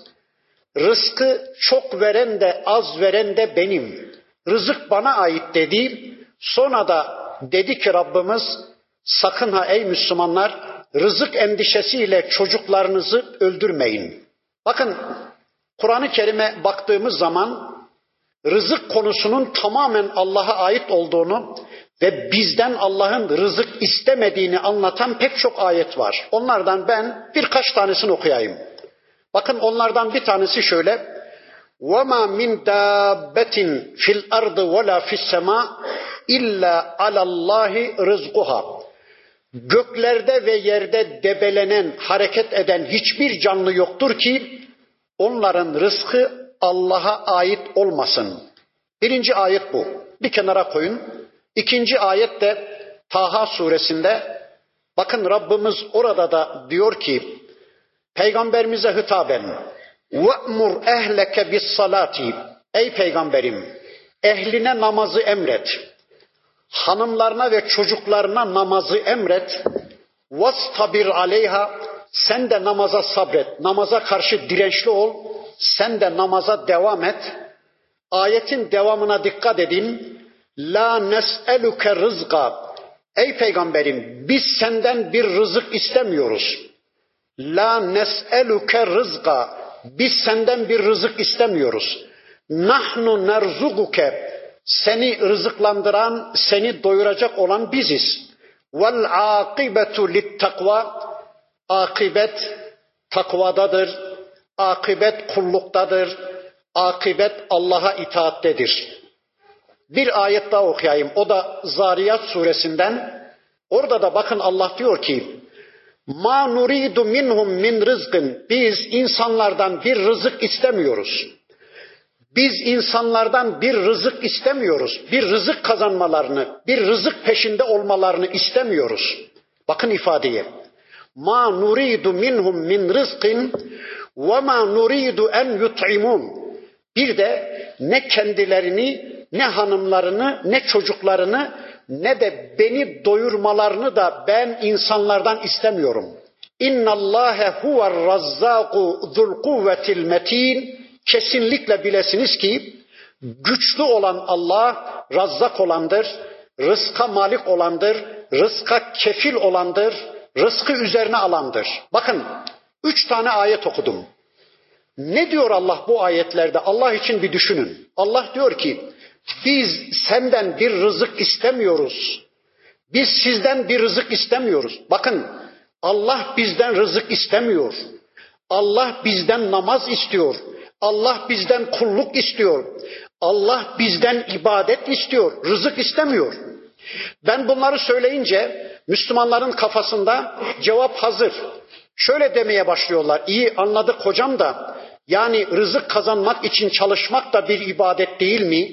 Rızkı çok veren de az veren de benim. Rızık bana ait dedi. Sonra da dedi ki Rabbimiz sakın ha ey Müslümanlar rızık endişesiyle çocuklarınızı öldürmeyin. Bakın Kur'an-ı Kerim'e baktığımız zaman rızık konusunun tamamen Allah'a ait olduğunu ve bizden Allah'ın rızık istemediğini anlatan pek çok ayet var. Onlardan ben birkaç tanesini okuyayım. Bakın onlardan bir tanesi şöyle. وَمَا مِنْ دَابَّةٍ فِي الْأَرْضِ وَلَا فِي السَّمَاءِ اِلَّا عَلَى اللّٰهِ رِزْقُهَا Göklerde ve yerde debelenen, hareket eden hiçbir canlı yoktur ki onların rızkı Allah'a ait olmasın. Birinci ayet bu. Bir kenara koyun. İkinci ayet de Taha suresinde. Bakın Rabbimiz orada da diyor ki Peygamberimize hitaben وَأْمُرْ اَهْلَكَ بِالصَّلَاتِ Ey Peygamberim, ehline namazı emret. Hanımlarına ve çocuklarına namazı emret. وَاسْتَبِرْ عَلَيْهَا Sen de namaza sabret. Namaza karşı dirençli ol. Sen de namaza devam et. Ayetin devamına dikkat edin. لَا نَسْأَلُكَ رِزْقًا Ey Peygamberim, biz senden bir rızık istemiyoruz. لَا نَسْأَلُكَ رِزْقًا Biz senden bir rızık istemiyoruz. نَحْنُ نَرْزُقُكَ Seni rızıklandıran, seni doyuracak olan biziz. وَالْعَاقِبَةُ لِلتَّقْوَى Akibet takvadadır. Akibet kulluktadır. Akibet Allah'a itaattedir. Bir ayet daha okuyayım. O da Zariyat suresinden. Orada da bakın Allah diyor ki Ma nuridu minhum min rızkın Biz insanlardan bir rızık istemiyoruz. Biz insanlardan bir rızık istemiyoruz. Bir rızık kazanmalarını, bir rızık peşinde olmalarını istemiyoruz. Bakın ifadeye. Ma nuridu minhum min rızkın ve ma nuridu en yut'imun. Bir de ne kendilerini, ne hanımlarını, ne çocuklarını, ne de beni doyurmalarını da ben insanlardan istemiyorum. İnnallâhe huver-razzâku zul-kuvvetil metin. Kesinlikle bilesiniz ki güçlü olan Allah Razzak olandır, rızka malik olandır, rızka kefil olandır, rızkı üzerine alandır. Bakın 3 tane ayet okudum. Ne diyor Allah bu ayetlerde? Allah için bir düşünün. Allah diyor ki biz senden bir rızık istemiyoruz. Biz sizden bir rızık istemiyoruz. Bakın Allah bizden rızık istemiyor. Allah bizden namaz istiyor. Allah bizden kulluk istiyor. Allah bizden ibadet istiyor. Rızık istemiyor. Ben bunları söyleyince Müslümanların kafasında cevap hazır. Şöyle demeye başlıyorlar. İyi anladık hocam da yani rızık kazanmak için çalışmak da bir ibadet değil mi?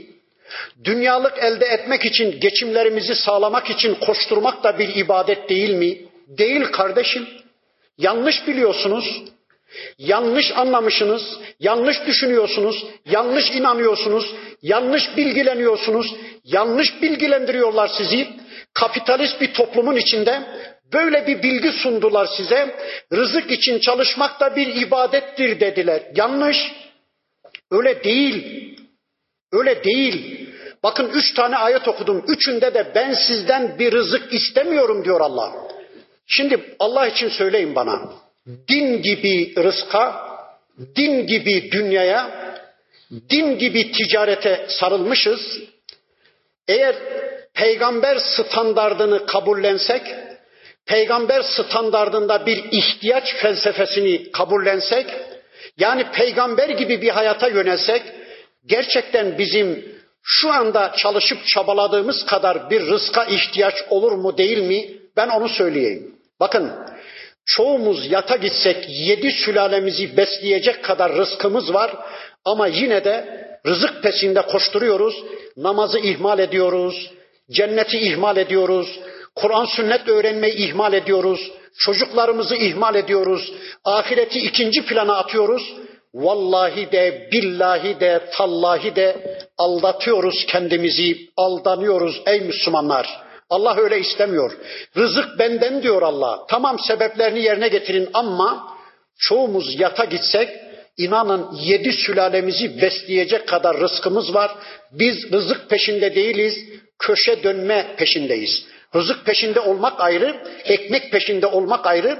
Dünyalık elde etmek için, geçimlerimizi sağlamak için koşturmak da bir ibadet değil mi? Değil kardeşim. Yanlış biliyorsunuz. Yanlış anlamışsınız, yanlış düşünüyorsunuz, yanlış inanıyorsunuz, yanlış bilgileniyorsunuz, yanlış bilgilendiriyorlar sizi. Kapitalist bir toplumun içinde böyle bir bilgi sundular size. Rızık için çalışmak da bir ibadettir dediler. Yanlış. Öyle değil. Öyle değil. Bakın 3 tane ayet okudum. 3'ünde de ben sizden bir rızık istemiyorum diyor Allah. Şimdi Allah için söyleyin bana. Din gibi rızka, din gibi dünyaya, din gibi ticarete sarılmışız. Eğer peygamber standardını kabullensek, peygamber standardında bir ihtiyaç felsefesini kabullensek, yani peygamber gibi bir hayata yönelsek, gerçekten bizim şu anda çalışıp çabaladığımız kadar bir rızka ihtiyaç olur mu değil mi? Ben onu söyleyeyim. Bakın, çoğumuz yata gitsek 7 sülalemizi besleyecek kadar rızkımız var ama yine de rızık peşinde koşturuyoruz. Namazı ihmal ediyoruz, cenneti ihmal ediyoruz, Kur'an sünnet öğrenmeyi ihmal ediyoruz, çocuklarımızı ihmal ediyoruz, ahireti ikinci plana atıyoruz. Vallahi de, billahi de, tallahi de aldatıyoruz kendimizi, aldanıyoruz ey Müslümanlar. Allah öyle istemiyor. Rızık benden diyor Allah. Tamam, sebeplerini yerine getirin ama çoğumuz yata gitsek inanın 7 sülalemizi besleyecek kadar rızkımız var. Biz rızık peşinde değiliz, köşe dönme peşindeyiz. Rızık peşinde olmak ayrı, ekmek peşinde olmak ayrı,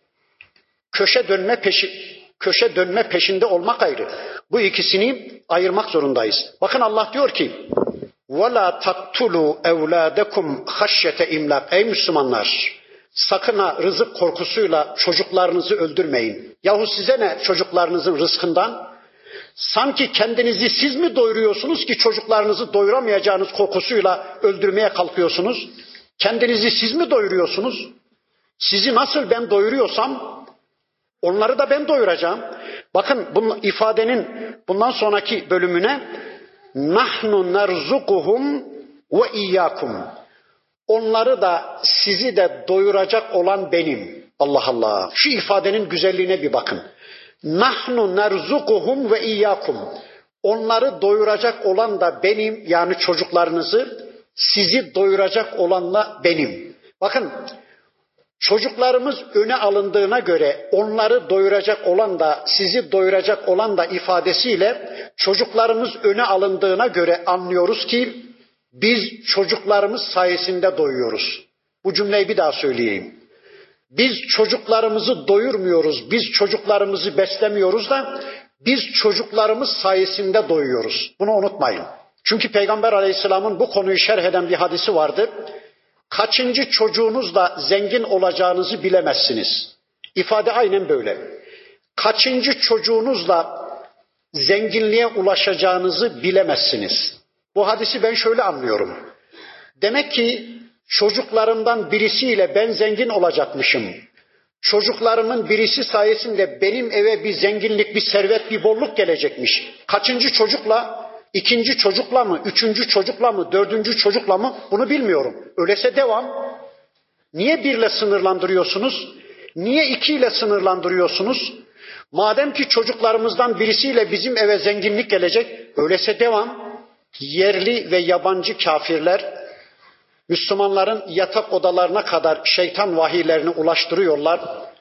köşe dönme peşinde olmak ayrı. Bu ikisini ayırmak zorundayız. Bakın Allah diyor ki: وَلَا تَقْتُلُوا اَوْلَادَكُمْ خَشْيَةَ اِمْلَاقٍ. Ey Müslümanlar! Sakın ha rızık korkusuyla çocuklarınızı öldürmeyin. Yahu size ne çocuklarınızın rızkından? Sanki kendinizi siz mi doyuruyorsunuz ki çocuklarınızı doyuramayacağınız korkusuyla öldürmeye kalkıyorsunuz? Kendinizi siz mi doyuruyorsunuz? Sizi nasıl ben doyuruyorsam onları da ben doyuracağım. Bakın bu ifadenin bundan sonraki bölümüne nahnu nerzukuhum ve iyyakum. Onları da sizi de doyuracak olan benim. Allah Allah. Şu ifadenin güzelliğine bir bakın. Nahnu nerzukuhum ve iyyakum. Onları doyuracak olan da benim, yani çocuklarınızı, sizi doyuracak olan da benim. Bakın, çocuklarımız öne alındığına göre onları doyuracak olan da sizi doyuracak olan da ifadesiyle çocuklarımız öne alındığına göre anlıyoruz ki biz çocuklarımız sayesinde doyuyoruz. Bu cümleyi bir daha söyleyeyim. Biz çocuklarımızı doyurmuyoruz, biz çocuklarımızı beslemiyoruz da biz çocuklarımız sayesinde doyuyoruz. Bunu unutmayın. Çünkü Peygamber Aleyhisselam'ın bu konuyu şerh eden bir hadisi vardır. Kaçıncı çocuğunuzla zengin olacağınızı bilemezsiniz. İfade aynen böyle. Kaçıncı çocuğunuzla zenginliğe ulaşacağınızı bilemezsiniz. Bu hadisi ben şöyle anlıyorum. Demek ki çocuklarımdan birisiyle ben zengin olacakmışım. Çocuklarımın birisi sayesinde benim eve bir zenginlik, bir servet, bir bolluk gelecekmiş. Kaçıncı çocukla? 2. çocukla mı, 3. çocukla mı, 4. çocukla mı, bunu bilmiyorum. Öyleyse devam. Niye 1'le sınırlandırıyorsunuz? Niye 2 ile sınırlandırıyorsunuz? Madem ki çocuklarımızdan birisiyle bizim eve zenginlik gelecek, öyleyse devam. Yerli ve yabancı kafirler Müslümanların yatak odalarına kadar şeytan vahiylerini ulaştırıyorlar.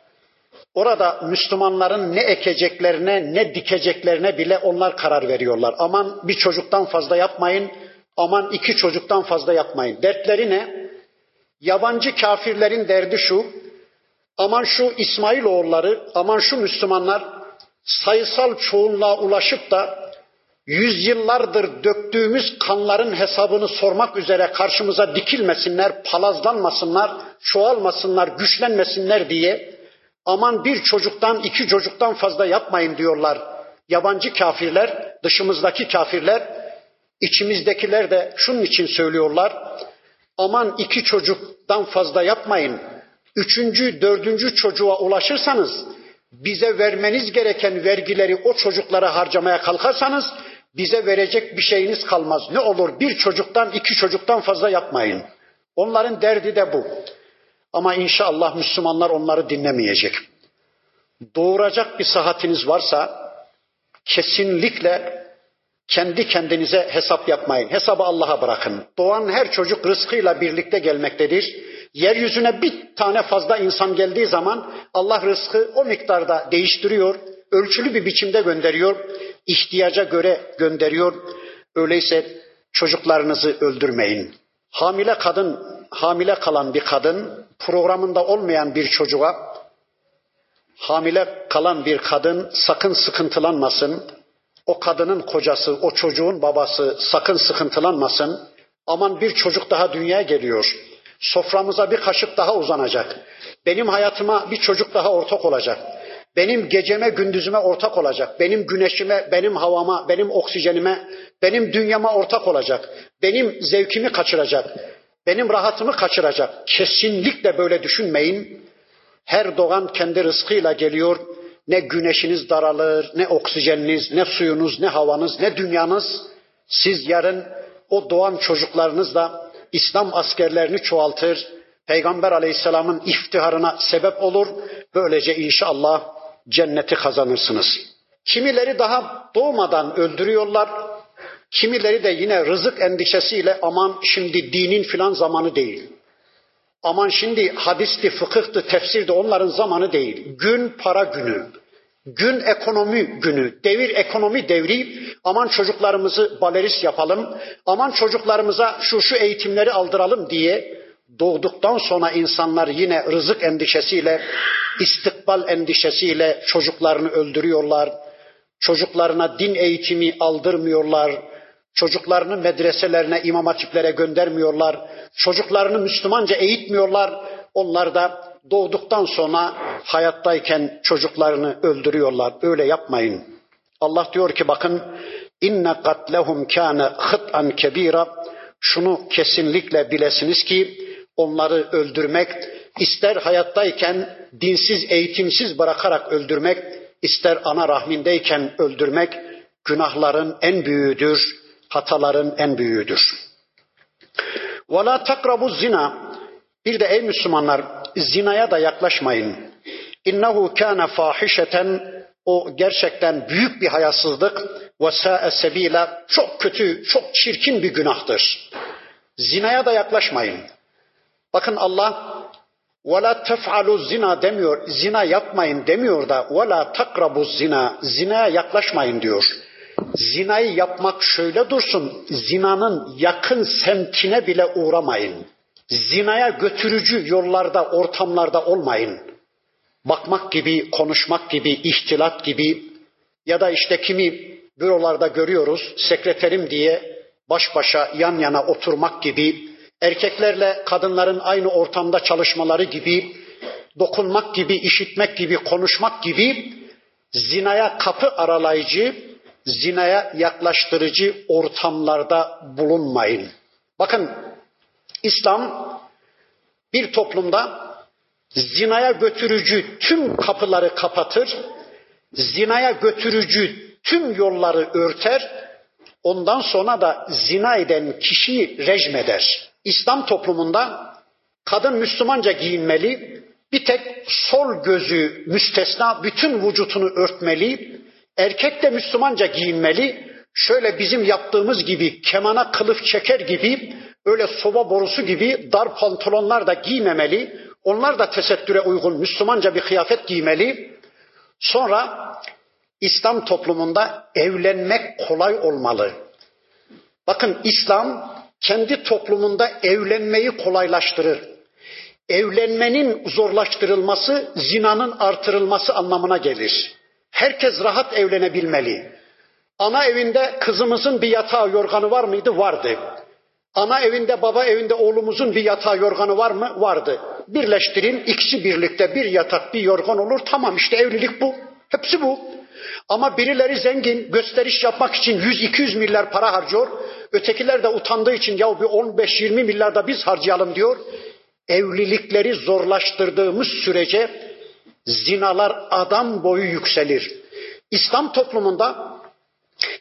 Orada Müslümanların ne ekeceklerine, ne dikeceklerine bile onlar karar veriyorlar. Aman bir çocuktan fazla yapmayın, aman 2 çocuktan fazla yapmayın. Dertleri ne? Yabancı kafirlerin derdi şu: aman şu İsmailoğulları, aman şu Müslümanlar sayısal çoğunluğa ulaşıp da yüzyıllardır döktüğümüz kanların hesabını sormak üzere karşımıza dikilmesinler, palazlanmasınlar, çoğalmasınlar, güçlenmesinler diye aman 1 çocuktan 2 çocuktan fazla yapmayın diyorlar. Yabancı kafirler, dışımızdaki kafirler, içimizdekiler de şunun için söylüyorlar: aman 2 çocuktan fazla yapmayın. 3. 4. çocuğa ulaşırsanız bize vermeniz gereken vergileri o çocuklara harcamaya kalkarsanız bize verecek bir şeyiniz kalmaz. Ne olur bir çocuktan, 2 çocuktan fazla yapmayın. Onların derdi de bu. Ama inşallah Müslümanlar onları dinlemeyecek. Doğuracak bir sıhhatiniz varsa kesinlikle kendi kendinize hesap yapmayın. Hesabı Allah'a bırakın. Doğan her çocuk rızkıyla birlikte gelmektedir. Yeryüzüne bir tane fazla insan geldiği zaman Allah rızkı o miktarda değiştiriyor. Ölçülü bir biçimde gönderiyor. İhtiyaca göre gönderiyor. Öyleyse çocuklarınızı öldürmeyin. Hamile kalan bir kadın, programında olmayan bir çocuğa, hamile kalan bir kadın sakın sıkıntılanmasın. O kadının kocası, o çocuğun babası sakın sıkıntılanmasın. Aman bir çocuk daha dünyaya geliyor. Soframıza bir kaşık daha uzanacak. Benim hayatıma bir çocuk daha ortak olacak. Benim geceme, gündüzüme ortak olacak. Benim güneşime, benim havama, benim oksijenime, benim dünyama ortak olacak. Benim zevkimi kaçıracak. Benim rahatımı kaçıracak. Kesinlikle böyle düşünmeyin. Her doğan kendi rızkıyla geliyor. Ne güneşiniz daralır, ne oksijeniniz, ne suyunuz, ne havanız, ne dünyanız. Siz yarın o doğan çocuklarınızla İslam askerlerini çoğaltır. Peygamber Aleyhisselam'ın iftiharına sebep olur. Böylece inşallah cenneti kazanırsınız. Kimileri daha doğmadan öldürüyorlar. Kimileri de yine rızık endişesiyle aman şimdi dinin filan zamanı değil. Aman şimdi hadisti, fıkıhtı, tefsirdi onların zamanı değil. Gün para günü. Gün ekonomi günü, devir ekonomi devri. Aman çocuklarımızı balerist yapalım. Aman çocuklarımıza şu eğitimleri aldıralım diye doğduktan sonra insanlar yine rızık endişesiyle, istikbal endişesiyle çocuklarını öldürüyorlar. Çocuklarına din eğitimi aldırmıyorlar. Çocuklarını medreselerine, imam hatiplere göndermiyorlar. Çocuklarını Müslümanca eğitmiyorlar. Onlar da doğduktan sonra hayattayken çocuklarını öldürüyorlar. Öyle yapmayın. Allah diyor ki bakın inne katlehum kana hıt'an kebira. Şunu kesinlikle bilesiniz ki onları öldürmek, ister hayattayken dinsiz, eğitimsiz bırakarak öldürmek, ister ana rahmindeyken öldürmek günahların en büyüğüdür, hataların en büyüğüdür. وَلَا تَقْرَبُوا zina. Bir de ey Müslümanlar zinaya da yaklaşmayın. İnnehu kana fahişeten. O gerçekten büyük bir hayasızlık. وَسَاءَ سَب۪يلًا. Çok kötü, çok çirkin bir günahtır. Zinaya da yaklaşmayın. Bakın Allah وَلَا تَفْعَلُوا zina demiyor. Zina yapmayın demiyor da وَلَا تَقْرَبُوا zina. Zinaya yaklaşmayın diyor. Zinayı yapmak şöyle dursun. Zinanın yakın semtine bile uğramayın. Zinaya götürücü yollarda, ortamlarda olmayın. Bakmak gibi, konuşmak gibi, ihtilat gibi ya da işte kimi bürolarda görüyoruz sekreterim diye baş başa yan yana oturmak gibi, erkeklerle kadınların aynı ortamda çalışmaları gibi, dokunmak gibi, işitmek gibi, konuşmak gibi zinaya kapı aralayıcı, zinaya yaklaştırıcı ortamlarda bulunmayın. Bakın İslam bir toplumda zinaya götürücü tüm kapıları kapatır, zinaya götürücü tüm yolları örter, ondan sonra da zina eden kişiyi rejim eder. İslam toplumunda kadın Müslümanca giyinmeli, bir tek sol gözü müstesna bütün vücudunu örtmeli, erkek de Müslümanca giyinmeli, şöyle bizim yaptığımız gibi kemana kılıf çeker gibi, öyle soba borusu gibi dar pantolonlar da giymemeli, onlar da tesettüre uygun Müslümanca bir kıyafet giymeli. Sonra İslam toplumunda evlenmek kolay olmalı. Bakın İslam kendi toplumunda evlenmeyi kolaylaştırır. Evlenmenin zorlaştırılması zinanın artırılması anlamına gelir. Herkes rahat evlenebilmeli. Ana evinde kızımızın bir yatağı yorganı var mıydı? Vardı. Ana evinde, baba evinde oğlumuzun bir yatağı yorganı var mı? Vardı. Birleştirin, ikisi birlikte bir yatak, bir yorgan olur. Tamam işte evlilik bu. Hepsi bu. Ama birileri zengin, gösteriş yapmak için 100-200 milyar para harcıyor. Ötekiler de utandığı için ya bir 15-20 milyar da biz harcayalım diyor. Evlilikleri zorlaştırdığımız sürece zinalar adam boyu yükselir. İslam toplumunda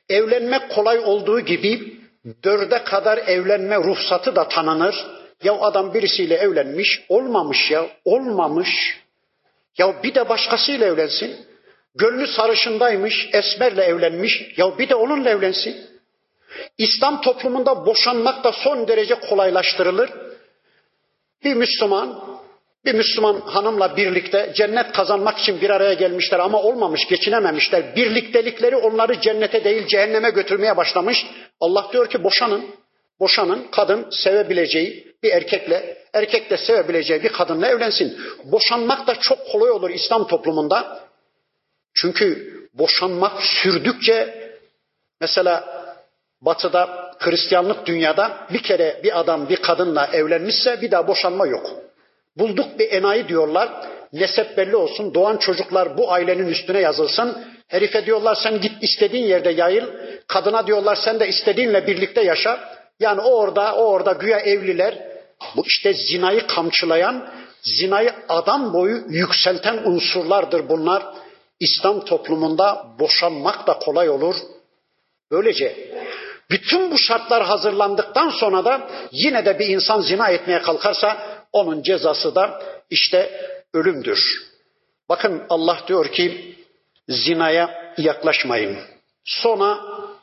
Evlenmek kolay olduğu gibi 4'e kadar evlenme ruhsatı da tanınır. Ya adam birisiyle evlenmiş, olmamış ya, olmamış. Ya bir de başkasıyla evlensin. Gönlü sarışındaymış, esmerle evlenmiş. Ya bir de onunla evlensin. İslam toplumunda boşanmak da son derece kolaylaştırılır. Bir Müslüman hanımla birlikte cennet kazanmak için bir araya gelmişler ama olmamış, geçinememişler. Birliktelikleri onları cennete değil cehenneme götürmeye başlamış. Allah diyor ki boşanın. Boşanın, kadın sevebileceği bir erkekle, erkek de sevebileceği bir kadınla evlensin. Boşanmak da çok kolay olur İslam toplumunda. Çünkü boşanmak sürdükçe, mesela Batı'da, Hristiyanlık dünyada bir kere bir adam bir kadınla evlenmişse bir daha boşanma yok. Bulduk bir enayi diyorlar, nesep belli olsun, doğan çocuklar bu ailenin üstüne yazılsın. Herife diyorlar sen git istediğin yerde yayıl, kadına diyorlar sen de istediğinle birlikte yaşa. Yani o orada güya evliler. Bu işte zinayı kamçılayan, zinayı adam boyu yükselten unsurlardır bunlar. İslam toplumunda boşanmak da kolay olur. Böylece bütün bu şartlar hazırlandıktan sonra da yine de bir insan zina etmeye kalkarsa onun cezası da işte ölümdür. Bakın Allah diyor ki zinaya yaklaşmayın. Sonra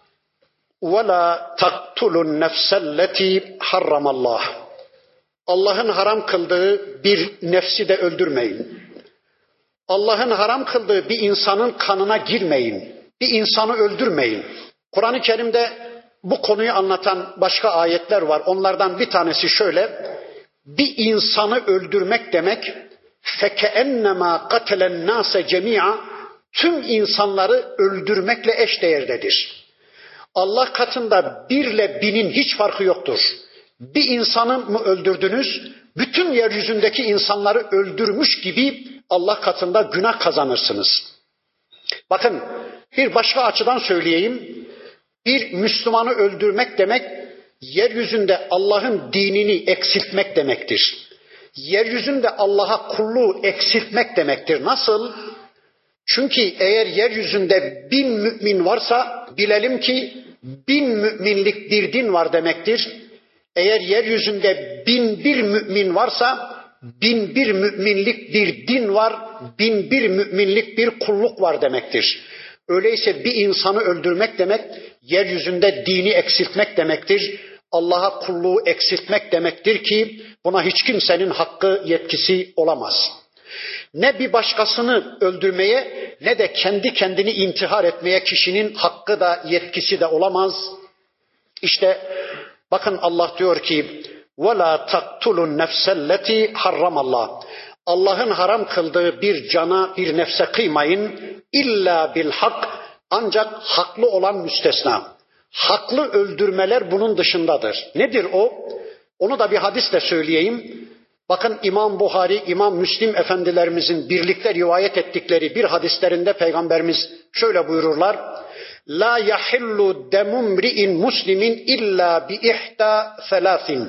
وَلَا تَقْتُلُوا النَّفْسَ الَّتِي حَرَّمَ اللّٰهِ Allah'ın haram kıldığı bir nefsi de öldürmeyin. Allah'ın haram kıldığı bir insanın kanına girmeyin. Bir insanı öldürmeyin. Kur'an-ı Kerim'de bu konuyu anlatan başka ayetler var. Onlardan bir tanesi şöyle. Bir insanı öldürmek demek فَكَأَنَّمَا قَتَلَ النَّاسَ جَمِيعًا tüm insanları öldürmekle eşdeğerdedir. Allah katında 1 ile 1000'in hiç farkı yoktur. Bir insanı mı öldürdünüz, bütün yeryüzündeki insanları öldürmüş gibi Allah katında günah kazanırsınız. Bakın bir başka açıdan söyleyeyim. Bir Müslümanı öldürmek demek, yeryüzünde Allah'ın dinini eksiltmek demektir. Yeryüzünde Allah'a kulluğu eksiltmek demektir. Nasıl? Çünkü eğer yeryüzünde 1000 mümin varsa bilelim ki 1000 müminlik bir din var demektir. Eğer yeryüzünde 1001 mümin varsa 1001 müminlik bir din var, 1001 müminlik bir kulluk var demektir. Öyleyse bir insanı öldürmek demek, yeryüzünde dini eksiltmek demektir. Allah'a kulluğu eksiltmek demektir ki buna hiç kimsenin hakkı, yetkisi olamaz. Ne bir başkasını öldürmeye ne de kendi kendini intihar etmeye kişinin hakkı da yetkisi de olamaz. İşte bakın Allah diyor ki وَلَا تَقْتُلُوا النَّفْسَ الَّتِي حَرَّمَ اللّٰهِ Allah'ın haram kıldığı bir cana, bir nefse kıymayın. İlla bil hak, ancak haklı olan müstesna. Haklı öldürmeler bunun dışındadır. Nedir o? Onu da bir hadisle söyleyeyim. Bakın İmam Buhari, İmam Müslim efendilerimizin birlikte rivayet ettikleri bir hadislerinde Peygamberimiz şöyle buyururlar. La yahillu demum ri'in muslimin illa bi ihda thalathin.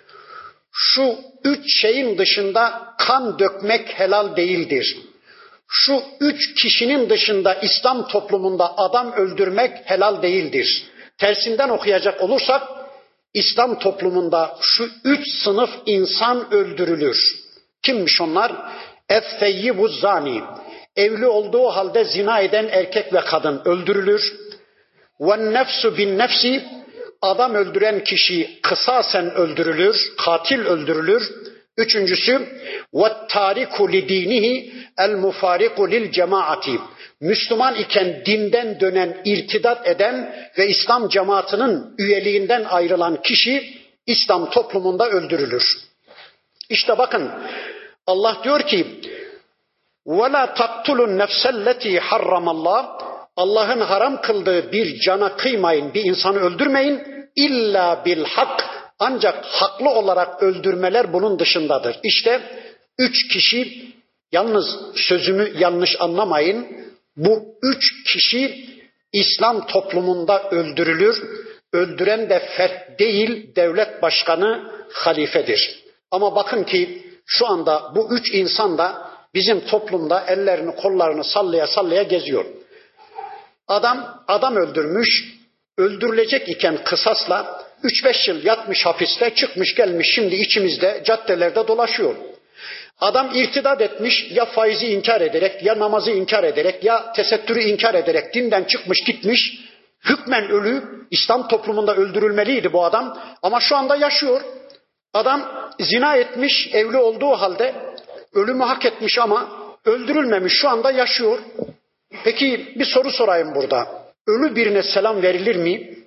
Şu 3 şeyin dışında kan dökmek helal değildir. Şu 3 kişinin dışında İslam toplumunda adam öldürmek helal değildir. Tersinden okuyacak olursak İslam toplumunda şu 3 sınıf insan öldürülür. Kimmiş onlar? Ef-feyyibu zani. Evli olduğu halde zina eden erkek ve kadın öldürülür. Ve-nefsu bin-nefsi. Adam öldüren kişi kısasen öldürülür, katil öldürülür. Üçüncüsü وَالتَّارِكُ لِد۪ينِهِ الْمُفَارِقُ لِلْجَمَاعَةِ Müslüman iken dinden dönen, irtidat eden ve İslam cemaatinin üyeliğinden ayrılan kişi İslam toplumunda öldürülür. İşte bakın Allah diyor ki وَلَا تَقْتُلُوا النَّفْسَ الَّتِي حَرَّمَ اللّٰهِ Allah'ın haram kıldığı bir cana kıymayın, bir insanı öldürmeyin. İlla bil hak, ancak haklı olarak öldürmeler bunun dışındadır. İşte 3 kişi, yalnız sözümü yanlış anlamayın, bu 3 kişi İslam toplumunda öldürülür. Öldüren de fert değil, devlet başkanı, halifedir. Ama bakın ki şu anda bu 3 insan da bizim toplumda ellerini kollarını sallaya sallaya geziyor. Adam öldürmüş, öldürülecek iken kısasla 3-5 yıl yatmış hapiste, çıkmış gelmiş şimdi içimizde caddelerde dolaşıyor. Adam irtidat etmiş, ya faizi inkar ederek, ya namazı inkar ederek, ya tesettürü inkar ederek dinden çıkmış gitmiş. Hükmen ölü, İslam toplumunda öldürülmeliydi bu adam ama şu anda yaşıyor. Adam zina etmiş, evli olduğu halde ölümü hak etmiş ama öldürülmemiş, şu anda yaşıyor. Peki bir soru sorayım burada. Ölü birine selam verilir mi?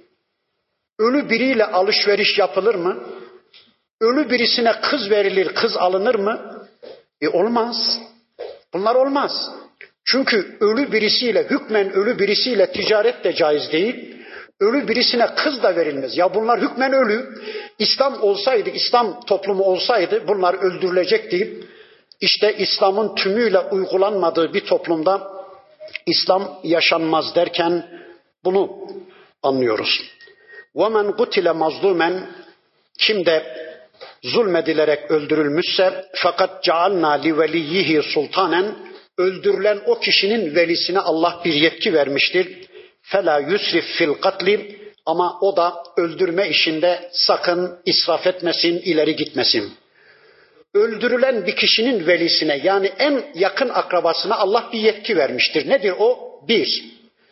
Ölü biriyle alışveriş yapılır mı? Ölü birisine kız verilir, kız alınır mı? Olmaz. Bunlar olmaz. Çünkü ölü birisiyle, hükmen ölü birisiyle ticaret de caiz değil. Ölü birisine kız da verilmez. Ya bunlar hükmen ölü. İslam olsaydı, İslam toplumu olsaydı bunlar öldürülecekti. İşte İslam'ın tümüyle uygulanmadığı bir toplumda İslam yaşanmaz derken bunu anlıyoruz. وَمَنْ قُتِلَ مَظْلُومًا Kim de zulmedilerek öldürülmüşse fakat cealna li veliyhi sultanen öldürülen o kişinin velisine Allah bir yetki vermiştir. Fela yusrif fil katli ama o da öldürme işinde sakın israf etmesin, ileri gitmesin. Öldürülen bir kişinin velisine yani en yakın akrabasına Allah bir yetki vermiştir. Nedir o? Bir,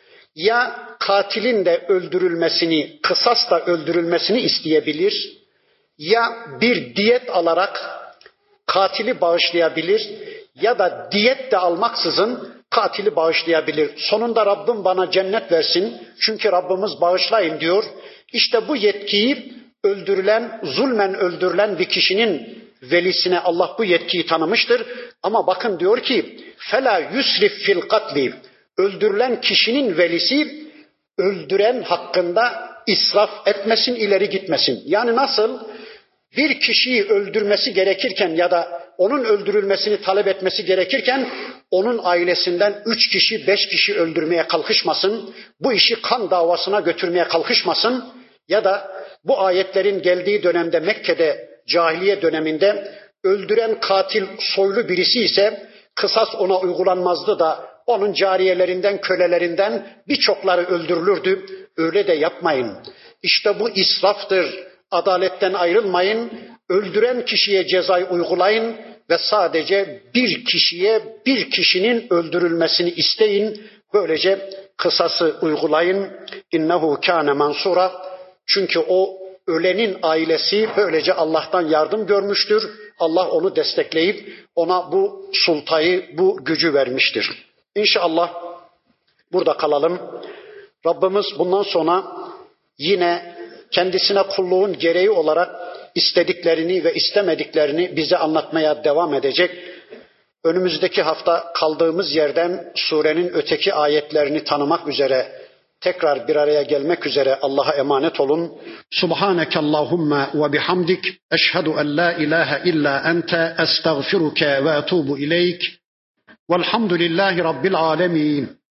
ya katilin de öldürülmesini, kısasla öldürülmesini isteyebilir, ya bir diyet alarak katili bağışlayabilir ya da diyet de almaksızın katili bağışlayabilir. Sonunda Rabbim bana cennet versin çünkü Rabbimiz bağışlayın diyor. İşte bu yetkiyi öldürülen, zulmen öldürülen bir kişinin velisine Allah bu yetkiyi tanımıştır. Ama bakın diyor ki فَلَا يُسْرِفْ فِي الْقَتْلِ Öldürülen kişinin velisi öldüren hakkında israf etmesin, ileri gitmesin. Yani nasıl? Bir kişiyi öldürmesi gerekirken ya da onun öldürülmesini talep etmesi gerekirken onun ailesinden 3 kişi, 5 kişi öldürmeye kalkışmasın. Bu işi kan davasına götürmeye kalkışmasın. Ya da bu ayetlerin geldiği dönemde Mekke'de cahiliye döneminde öldüren katil soylu birisi ise kısas ona uygulanmazdı da onun cariyelerinden, kölelerinden birçokları öldürülürdü. Öyle de yapmayın. İşte bu israftır. Adaletten ayrılmayın. Öldüren kişiye cezayı uygulayın ve sadece bir kişiye bir kişinin öldürülmesini isteyin. Böylece kısası uygulayın. İnnehu kâne mansura. Çünkü o ölenin ailesi böylece Allah'tan yardım görmüştür. Allah onu destekleyip ona bu sultayı, bu gücü vermiştir. İnşallah burada kalalım. Rabbimiz bundan sonra yine kendisine kulluğun gereği olarak istediklerini ve istemediklerini bize anlatmaya devam edecek. Önümüzdeki hafta kaldığımız yerden surenin öteki ayetlerini tanımak üzere tekrar bir araya gelmek üzere Allah'a emanet olun. Subhaneke Allahumma ve bihamdik eşhedü en la ilahe illa ente estağfiruke ve etubu ileyk. Velhamdülillahi Rabbil alemin.